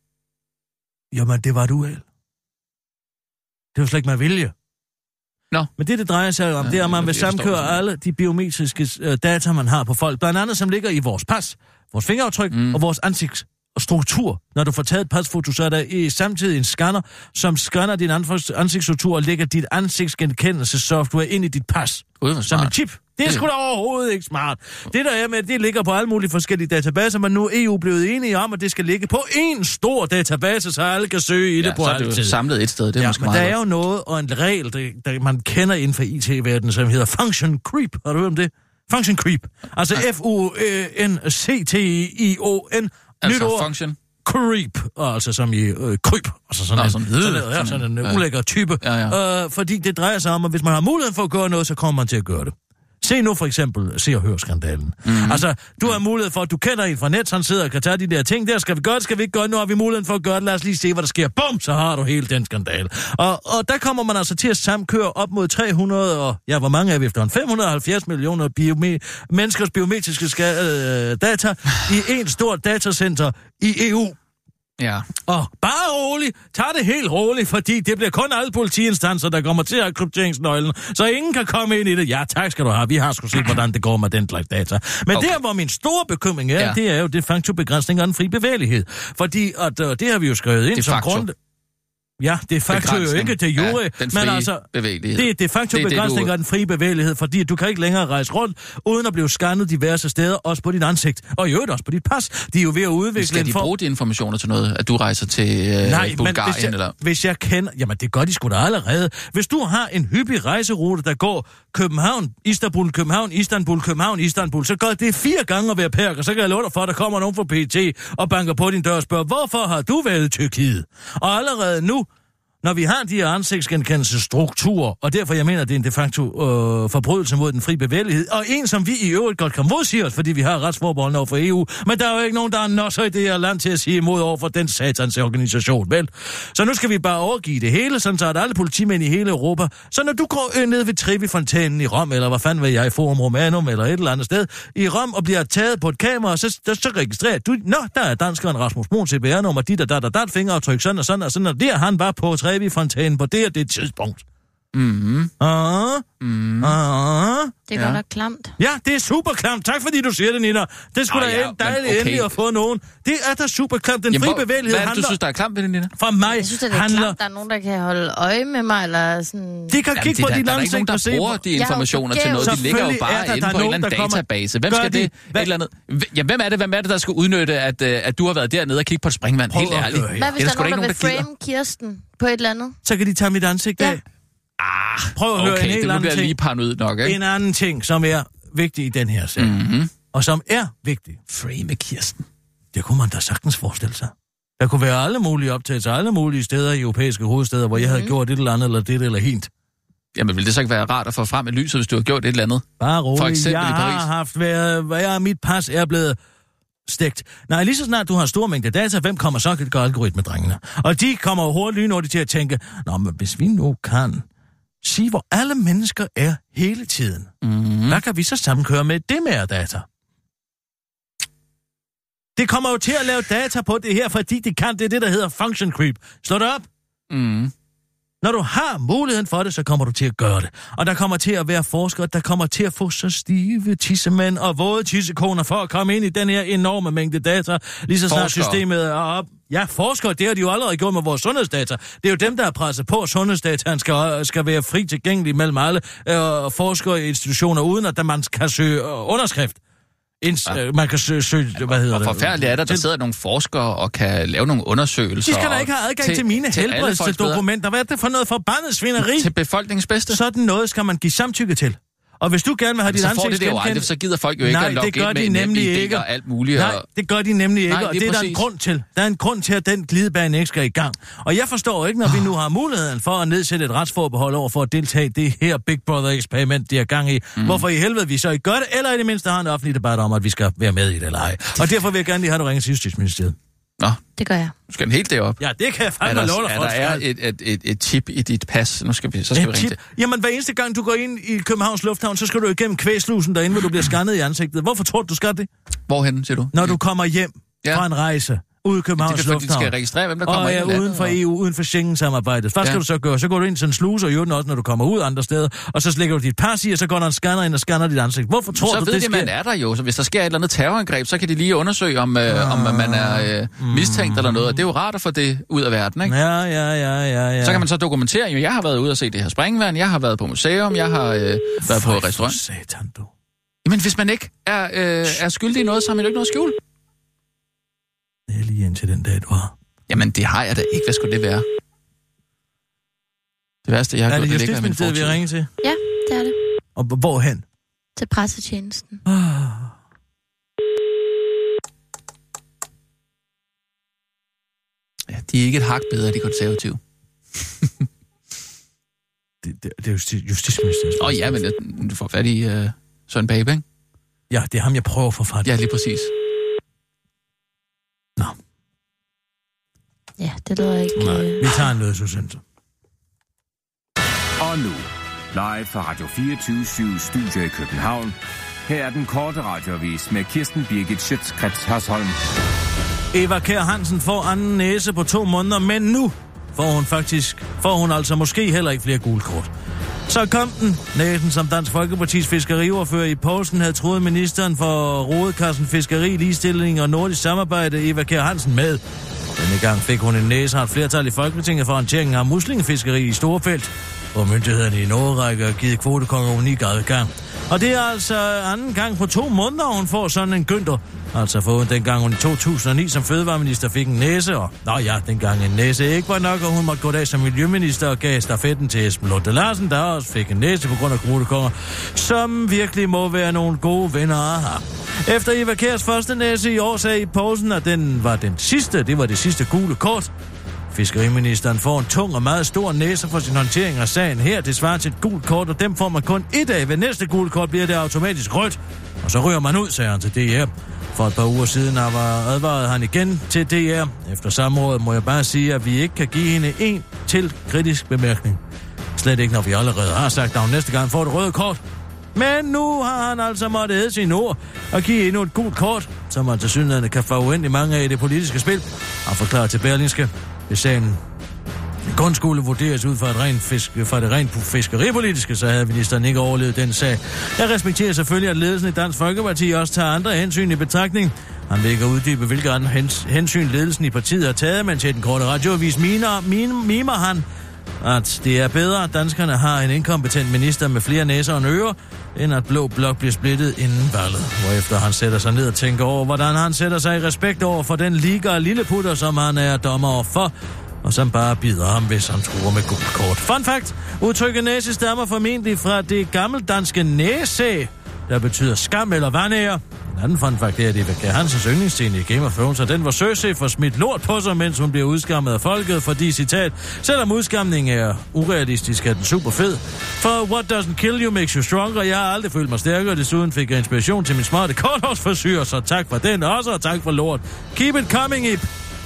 [SPEAKER 2] Jamen, det var et uheld. Det var slet ikke med vilje.
[SPEAKER 3] No.
[SPEAKER 2] Men det, det drejer sig om, ja, det er, at man vil samkøre alle de biometriske uh, data, man har på folk. Blandt andet, som ligger i vores pas, vores fingeraftryk mm. og vores ansigtsstruktur. Når du får taget et pasfoto, så er der i samtidig en scanner, som scanner din ansigtsstruktur og lægger dit ansigtsgenkendelsessoftware ind i dit pas.
[SPEAKER 3] Ui,
[SPEAKER 2] som en chip. Det er sgu da overhovedet ikke smart. Det der er med, det ligger på alle mulige forskellige databaser, men nu er E U blevet enige om, at det skal ligge på én stor database, så alle kan søge i ja, det på altid. Ja, så er det
[SPEAKER 3] samlet et sted. Det er
[SPEAKER 2] ja,
[SPEAKER 3] måske
[SPEAKER 2] men
[SPEAKER 3] meget
[SPEAKER 2] der er jo noget og en regel, der, der man kender inden for I T-verdenen, som hedder function creep. Har du hørt om det? Function creep. Altså ja. F U N C T I O N.
[SPEAKER 3] Altså
[SPEAKER 2] nyt ord.
[SPEAKER 3] function.
[SPEAKER 2] Creep, altså som i øh, kryb, altså sådan, Nå, en, sådan, sådan, sådan, ja, sådan en ja. ulækker type. Ja, ja. Øh, fordi det drejer sig om, at hvis man har muligheden for at gøre noget, så kommer man til at gøre det. Se nu for eksempel Se og Hør-skandalen. Mm-hmm. Altså, du har mulighed for, at du kender en fra net, han sidder og kan tage de der ting der. Skal vi gøre det? Skal vi ikke gøre det? Nu har vi muligheden for at gøre det. Lad os lige se, hvad der sker. Bum, så har du hele den skandale. Og, og der kommer man altså til at samkøre op mod tre hundrede, og ja, hvor mange er vi efterhånden? fem hundrede og halvfjerds millioner biome- menneskers biometriske ska- øh, data i en stor datacenter i E U.
[SPEAKER 3] Ja.
[SPEAKER 2] Og bare roligt, tag det helt roligt, fordi det bliver kun alle politiinstanser, der kommer til at have krypteringsnøglen, så ingen kan komme ind i det. Ja, tak skal du have. Vi har sgu set, hvordan det går med den slags data. Men okay. Der, hvor min store bekymring er, ja. det er jo de facto begrænsning af den fri bevægelighed. Fordi, at, uh, det har vi jo skrevet ind
[SPEAKER 3] de
[SPEAKER 2] som grund... Ja, det er facto jo ikke det jure,
[SPEAKER 3] ja, den
[SPEAKER 2] men altså,
[SPEAKER 3] bevægelighed.
[SPEAKER 2] det er de facto begrænsning du... af den frie bevægelighed, fordi du kan ikke længere rejse rundt, uden at blive scannet diverse steder, også på dit ansigt, og i øvrigt også på dit pas. De er jo ved at udvikle...
[SPEAKER 3] Skal de
[SPEAKER 2] for...
[SPEAKER 3] bruge de informationer til noget, at du rejser til øh,
[SPEAKER 2] Nej,
[SPEAKER 3] Bulgarien?
[SPEAKER 2] Men hvis jeg,
[SPEAKER 3] eller?
[SPEAKER 2] hvis jeg kender... Jamen, det gør de sgu da allerede. Hvis du har en hyppig rejserute, der går København, Istanbul, København, Istanbul, København, Istanbul, så gør det fire gange at være perk, og så kan jeg love dig for, at der kommer nogen fra P E T og banker på din dør og spørger, hvorfor har du været i Tyrkiet? Og allerede nu, når vi har de her ansigtsgenkendelsesstrukturer, og derfor jeg mener, det er en de facto øh, forbrydelse mod den fri bevægelighed, og en, som vi i øvrigt godt kan modsige os, fordi vi har retsforbeholden over for E U, men der er jo ikke nogen, der er nosser i det her land til at sige imod over for den satans organisation, vel? Så nu skal vi bare overgive det hele, sådan så er der alle politimænd i hele Europa. Så når du går ned ved Trevi-fontænen i Rom, eller hvad fanden vil jeg, i Forum Romanum, eller et eller andet sted, i Rom, og bliver taget på et kamera, så, så, så registrerer du, nå, der er danskeren Rasmus Bruun C P R-nummer, dit og dat og dat, fingeraftryk, sådan og sådan og sådan, og der han var på Trevi-fontænen på det og det tidspunkt.
[SPEAKER 3] Mhm.
[SPEAKER 2] Ah,
[SPEAKER 3] mm.
[SPEAKER 2] ah.
[SPEAKER 4] Det er ja. godt nok klamt.
[SPEAKER 2] Ja, det er super klamt. Tak fordi du siger det, Nina. Det skulle oh, da ja, dejligt okay. endelig at få nogen. Det er da super klamt. Den fri bevægelighed
[SPEAKER 3] handler... Hvad er det, du synes, der er klamt ved det, Nina?
[SPEAKER 2] For mig
[SPEAKER 4] Jeg synes, det er
[SPEAKER 2] handler...
[SPEAKER 4] klamt. Der er nogen, der kan holde øje med mig, eller sådan...
[SPEAKER 2] De kan
[SPEAKER 3] Jamen,
[SPEAKER 2] kigge på
[SPEAKER 3] de
[SPEAKER 2] dit
[SPEAKER 3] ansigt. Der er ikke nogen, der bruger de informationer til noget. De ligger jo bare inde på en eller anden database. Hvem skal det? Et eller andet... Ja, hvem er det, hvem er det, der skal udnytte, at, at du har været dernede og kigge på et springvand? Helt ærligt.
[SPEAKER 4] Hvad hvis der er nogen, der vil frame Kirsten på et eller andet?
[SPEAKER 2] Så kan de tage mit ansigt af.
[SPEAKER 3] Ah,
[SPEAKER 2] prøv at høre
[SPEAKER 3] okay,
[SPEAKER 2] en helt anden ting.
[SPEAKER 3] lige paranoid nok, ikke?
[SPEAKER 2] En anden ting, som er vigtig i den her sag,
[SPEAKER 3] mm-hmm.
[SPEAKER 2] og som er vigtig.
[SPEAKER 3] Frame Kirsten.
[SPEAKER 2] Det kunne man da sagtens forestille sig. Der kunne være alle mulige optagelser, alle mulige steder i europæiske hovedsteder, hvor mm-hmm. jeg havde gjort et eller andet, eller det eller hent.
[SPEAKER 3] Jamen, ville det så ikke være rart at få frem i lyset, hvis du har gjort et eller andet?
[SPEAKER 2] Bare roligt.
[SPEAKER 3] For eksempel
[SPEAKER 2] jeg
[SPEAKER 3] i Paris.
[SPEAKER 2] har haft været, hvad jeg, mit pas er blevet stegt. Nej, lige så snart du har store mængder data, hvem kommer så kan gøre algoritmedrengene? Og de kommer jo hurtigt lynhurtigt til at tænke, nå, men hvis vi nu kan sige, hvor alle mennesker er hele tiden,
[SPEAKER 3] mm-hmm.
[SPEAKER 2] hvad kan vi så sammenkøre med det mere data? Det kommer jo til at lave data på det her, fordi det kan, det er det, der hedder function creep. Slå det op.
[SPEAKER 3] Mm.
[SPEAKER 2] Når du har muligheden for det, så kommer du til at gøre det. Og der kommer til at være forskere, der kommer til at få så stive tissemænd og våde tissekoner for at komme ind i den her enorme mængde data, lige så snart forskere. Systemet er op. Ja, forskere, det har de jo allerede gjort med vores sundhedsdata. Det er jo dem, der har presset på, at sundhedsdataen skal, skal være fri tilgængelig mellem alle øh, forskere i institutioner, uden at man kan søge øh, underskrift. Inds, ja. øh, man kan søge, søge hvad hedder
[SPEAKER 3] og
[SPEAKER 2] det?
[SPEAKER 3] Og forfærdeligt er der, der sidder nogle forskere og kan lave nogle undersøgelser.
[SPEAKER 2] De skal da ikke have adgang til, til mine helbredsdokumenter. Hvad er det for noget forbandet svineri?
[SPEAKER 3] Til befolkningens bedste.
[SPEAKER 2] Sådan noget skal man give samtykke til. Og hvis du gerne vil have dit ansigt
[SPEAKER 3] genkendt... Så får det det jo aldrig, så gider folk jo ikke
[SPEAKER 2] Nej,
[SPEAKER 3] at logge ind
[SPEAKER 2] de
[SPEAKER 3] med nem
[SPEAKER 2] ikke.
[SPEAKER 3] og alt muligt.
[SPEAKER 2] Nej, det gør de nemlig ikke,
[SPEAKER 3] Nej,
[SPEAKER 2] og det er
[SPEAKER 3] præcis.
[SPEAKER 2] der en grund til. Der er en grund til, at den glidebane ikke skal i gang. Og jeg forstår ikke, når vi nu har muligheden for at nedsætte et retsforbehold over for at deltage i det her Big Brother-eksperiment, de er gang i. Mm. Hvorfor i helvede vi så ikke gør det, eller i det mindste har en offentlig debat om, at vi skal være med i det eller ej. Og derfor vil jeg gerne lige have, at du ringer til Justitsministeriet.
[SPEAKER 3] Nå.
[SPEAKER 4] Det gør jeg.
[SPEAKER 3] Du skal den helt derop.
[SPEAKER 2] Ja, det kan jeg fandme love dig for.
[SPEAKER 3] Er der er et, et, et, et chip i dit pas? Nu skal vi, så skal
[SPEAKER 2] et
[SPEAKER 3] vi ringe
[SPEAKER 2] det. Jamen, hver eneste gang du går ind i Københavns Lufthavn, så skal du igennem kvæslusen derinde, hvor du bliver scannet i ansigtet. Hvorfor tror du, du skal det?
[SPEAKER 3] Hvorhen, siger du?
[SPEAKER 2] Når du kommer hjem ja. fra en rejse ude i Københavns Lufthavn.
[SPEAKER 3] Det er fordi, de skal registrere, hvem der kommer
[SPEAKER 2] og,
[SPEAKER 3] ind
[SPEAKER 2] ja,
[SPEAKER 3] i
[SPEAKER 2] uden for E U, uden for Schengen-samarbejdet. Først ja. skal du så gøre, så går du ind til en sluse, og jo også, når du kommer ud andre steder, og så lægger du dit pas i, og så går der en scanner ind og scanner dit ansigt. Hvorfor tror
[SPEAKER 3] så
[SPEAKER 2] du,
[SPEAKER 3] ved
[SPEAKER 2] det
[SPEAKER 3] de, man er der jo. Så hvis der sker et eller andet terrorangreb, så kan de lige undersøge, om, øh, om man er øh, mistænkt mm. eller noget. Og det er jo rart at få det ud af verden, ikke?
[SPEAKER 2] Ja, ja, ja, ja, ja.
[SPEAKER 3] Så kan man så dokumentere, jo, jeg har været ude og se det her springvand, jeg har været på museum, jeg har øh, været på restaurant.
[SPEAKER 2] Satan, du.
[SPEAKER 3] Jamen, hvis man ikke er, øh, er skyldig i noget, så har man jo ikke noget skjul.
[SPEAKER 2] Det er lige indtil den dag, du har.
[SPEAKER 3] Jamen, det har jeg da ikke. Hvad skulle det være? Det værste, jeg har
[SPEAKER 2] er
[SPEAKER 3] gjort,
[SPEAKER 2] det
[SPEAKER 3] det ligger i min fortid.
[SPEAKER 2] Vi ringer til?
[SPEAKER 4] Ja, det er det.
[SPEAKER 2] Og hvorhen?
[SPEAKER 4] Til pressetjenesten.
[SPEAKER 2] Ah.
[SPEAKER 3] Ja, de er ikke et hak bedre, de konservative.
[SPEAKER 2] det, det, det er justi- justitsministeriet.
[SPEAKER 3] Åh oh, ja, men du får fat i uh, Søren Pape, ikke?
[SPEAKER 2] Ja, det er ham, jeg prøver at få fat i.
[SPEAKER 3] Ja, lige præcis.
[SPEAKER 2] Nå.
[SPEAKER 4] Ja, det lyder ikke...
[SPEAKER 2] Nej, vi tager en løsudsendelse.
[SPEAKER 8] Og nu, live fra Radio fireogtyve syv Studio i København. Her er den korte radioavis med Kirsten Birgit Schøtz-Krets Hørsholm.
[SPEAKER 2] Eva Kjær Hansen får anden næse på to måneder, men nu får hun faktisk, får hun altså måske heller ikke flere gule kort. Så kom den. Næsen som Dansk Folkepartis fiskeriordfører i Poulsen havde troet ministeren for Rodekassen, Fiskeri, Ligestilling og Nordisk Samarbejde, Eva Kjær Hansen, med. Den Denne gang fik hun en næse og et flertal i Folketinget for håndteringen af muslingefiskeri i Storefelt, hvor myndighederne i Norge har givet kvotekonger unik adgang. Og det er altså anden gang på to måneder, hun får sådan en gynter. Altså for dengang hun i to tusind og ni som fødevareminister fik en næse, og nå ja, dengang en næse ikke var nok, og hun måtte gå af som miljøminister og gav stafetten til Esben Lunde Larsen, der også fik en næse på grund af kvotekonger, som virkelig må være nogle gode venner af ham. Efter Eva Kjærs første næse i år sagde i Poulsen, at den var den sidste, det var det sidste gule kort. Fiskeriministeren får en tung og meget stor næse for sin håndtering af sagen her. Det svarer til et gult kort, og dem får man kun et af. Ved næste gule kort bliver det automatisk rødt, og så ryger man ud, sagde han til D R. For et par uger siden advarede han igen til D R. Efter samrådet må jeg bare sige, at vi ikke kan give hende en til kritisk bemærkning. Slet ikke, når vi allerede har sagt, at hun næste gang får det røde kort. Men nu har han altså måttet æde sine ord og give endnu et gult kort, som man til synligheden kan få uendelig mange af i det politiske spil, og forklare til Berlingske. Hvis sagen kun skulle vurderes ud fra, et rent fisk, fra det rent fiskeripolitiske, så havde ministeren ikke overlevet den sag. Jeg respekterer selvfølgelig, at ledelsen i Dansk Folkeparti også tager andre hensyn i betragtning. Han vil ikke uddybe, hvilke andre hens, hensyn ledelsen i partiet har taget, men til den korte radioavis miner, miner, mimer han, at det er bedre, at danskerne har en inkompetent minister med flere næser og ører, end at blå blok bliver splittet inden valget. Hvorefter han sætter sig ned og tænker over, hvordan han sætter sig i respekt over for den liga og lilleputter, som han er dommer for, og som bare bider ham, hvis han truer med gult kort. Fun fact! Udtrykket næse stammer formentlig fra det gammeldanske næse, der betyder skam eller vandære. En anden fun fact er, at det var Hansens yndlingsscene i Game of Thrones, og den var Cersei for smidt lort på sig, mens hun bliver udskammet af folket, fordi, citat, selvom udskamning er urealistisk, er den super fed. For what doesn't kill you makes you stronger. Jeg har aldrig følt mig stærkere, desuden fik jeg inspiration til min smarte korthårsforsyre, så tak for den også, og tak for lort. Keep it coming, Ip!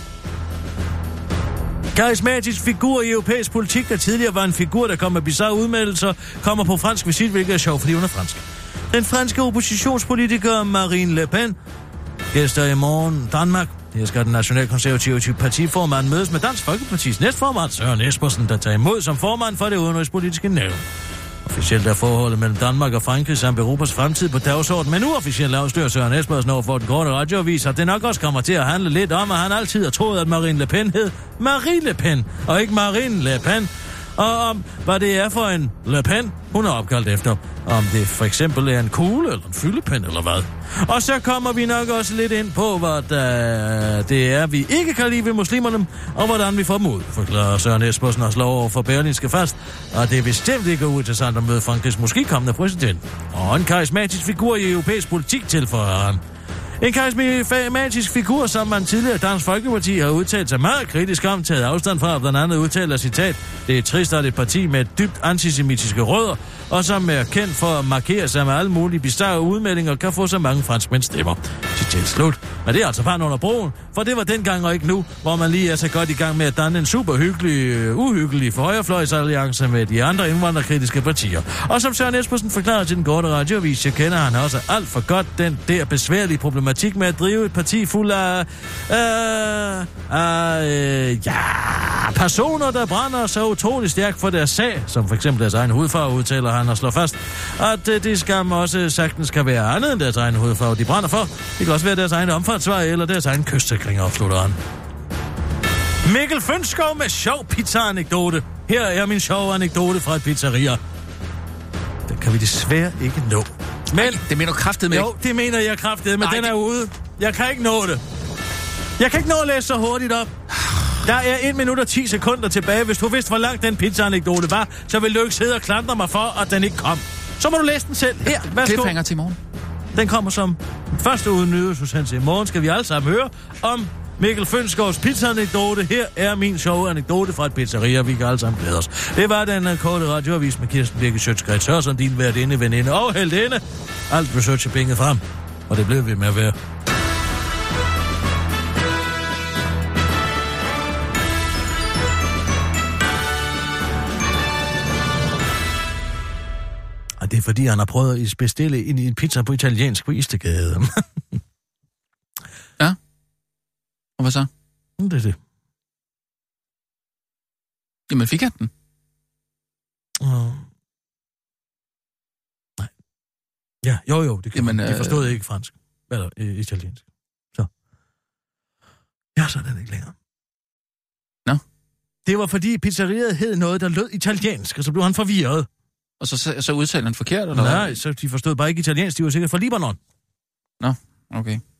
[SPEAKER 2] Karismatisk figur i europæisk politik, der tidligere var en figur, der kom med bizarre udmeldelser, kommer på fransk visit, hvilket er sjovt, fordi hun er fransk. Den franske oppositionspolitiker Marine Le Pen gæster i morgen Danmark. Her skal den nationalkonservative partiformand mødes med Dansk Folkepartis næstformand Søren Espersen, der tager imod som formand for det udenrigspolitiske nævn. Officielt er forholdet mellem Danmark og Frankrig samt Europas fremtid på dagsordenen, men uofficielt afslører Søren Espersen over for den korte radioavis, at det nok også kommer til at handle lidt om, at han altid har troet, at Marine Le Pen hed Marie Le Pen, og ikke Marine Le Pen. Og om, hvad det er for en Le Pen, hun er opkaldt efter. Om det for eksempel er en kugle eller en fyldepen eller hvad. Og så kommer vi nok også lidt ind på, hvad der, det er, vi ikke kan lide ved muslimerne, og hvordan vi får dem ud, forklarer Søren Espersen og slår over for Berlingske fast, og det er bestemt ikke uinteressant at møde Frankrigs måske kommende præsident. Og en karismatisk figur i europæisk politik tilføjer han. En karismatisk figur, som man tidligere Dansk Folkeparti har udtalt sig meget kritisk om, taget afstand fra, blandt andet udtaler citat, det er trist, at et parti med dybt antisemitiske rødder, og som er kendt for at markere sig med alle mulige bizarre udmeldinger, kan få så mange franskmænd stemmer. Citat slut. Men det er altså bare under broen, for det var dengang og ikke nu, hvor man lige er så godt i gang med at danne en super hyggelig, uhyggelig for højrefløjsalliance med de andre indvandrerkritiske partier. Og som Søren Espersen forklarer til den korte radioavis, så kender han også alt for godt den der besværlige problematik med at drive et parti fuld af, øh, af øh, ja, personer, der brænder så utrolig stærkt for deres sag, som for eksempel deres egen hudfarve, udtaler han og slår fast, at øh, det skam også sagtens kan være andet end deres egen hudfarve, de brænder for. Det kan også være deres egen omfartsvej eller deres egen kystsikring, afslutter han. Mikkel Fønskov med sjov pizza-anekdote. Her er min sjov anekdote fra et pizzeria. Den kan vi desværre ikke nå. Men
[SPEAKER 3] det mener du kraftedeme ikke?
[SPEAKER 2] Jo, det mener jeg kraftedeme, men den er ude. Jeg kan ikke nå det. Jeg kan ikke nå at læse så hurtigt op. Der er et minut og ti sekunder tilbage. Hvis du vidste, hvor lang den pizza-anekdote var, så ville du ikke sidde og klandre mig for, at den ikke kom. Så må du læse den selv. Her, værsgo.
[SPEAKER 3] Cliffhanger til i morgen.
[SPEAKER 2] Den kommer som første ude nyhedsudsendelse i morgen. Skal vi alle sammen høre om Mikkel Fønskovs pizza-anekdote. Her er min sjove anekdote fra et pizzeria. Vi kan alle sammen glæde os. Det var den korte radioavis med Kirsten Birgit Schøtz-Krets Hørsholm, din værtinde, veninde og heldinde. Alt research er penge frem, og det blev vi med at være. Og det er fordi, han har prøvet at bestille en, en pizza på italiensk på Istegade.
[SPEAKER 3] Ja. Og hvad så?
[SPEAKER 2] Det er det.
[SPEAKER 3] Jamen, fik jeg den?
[SPEAKER 2] Uh... Nej. Ja, jo jo, det kan Jamen, man. De forstod øh... ikke fransk. Eller øh, italiensk. Så. Ja, så er den ikke længere. Det var fordi pizzeriet hed noget, der lød italiensk, og så blev han forvirret.
[SPEAKER 3] Og så, så, så udtalte han forkert, eller
[SPEAKER 2] Nej, så de forstod bare ikke italiensk, de var sikkert fra Libanon.
[SPEAKER 3] Nå, okay.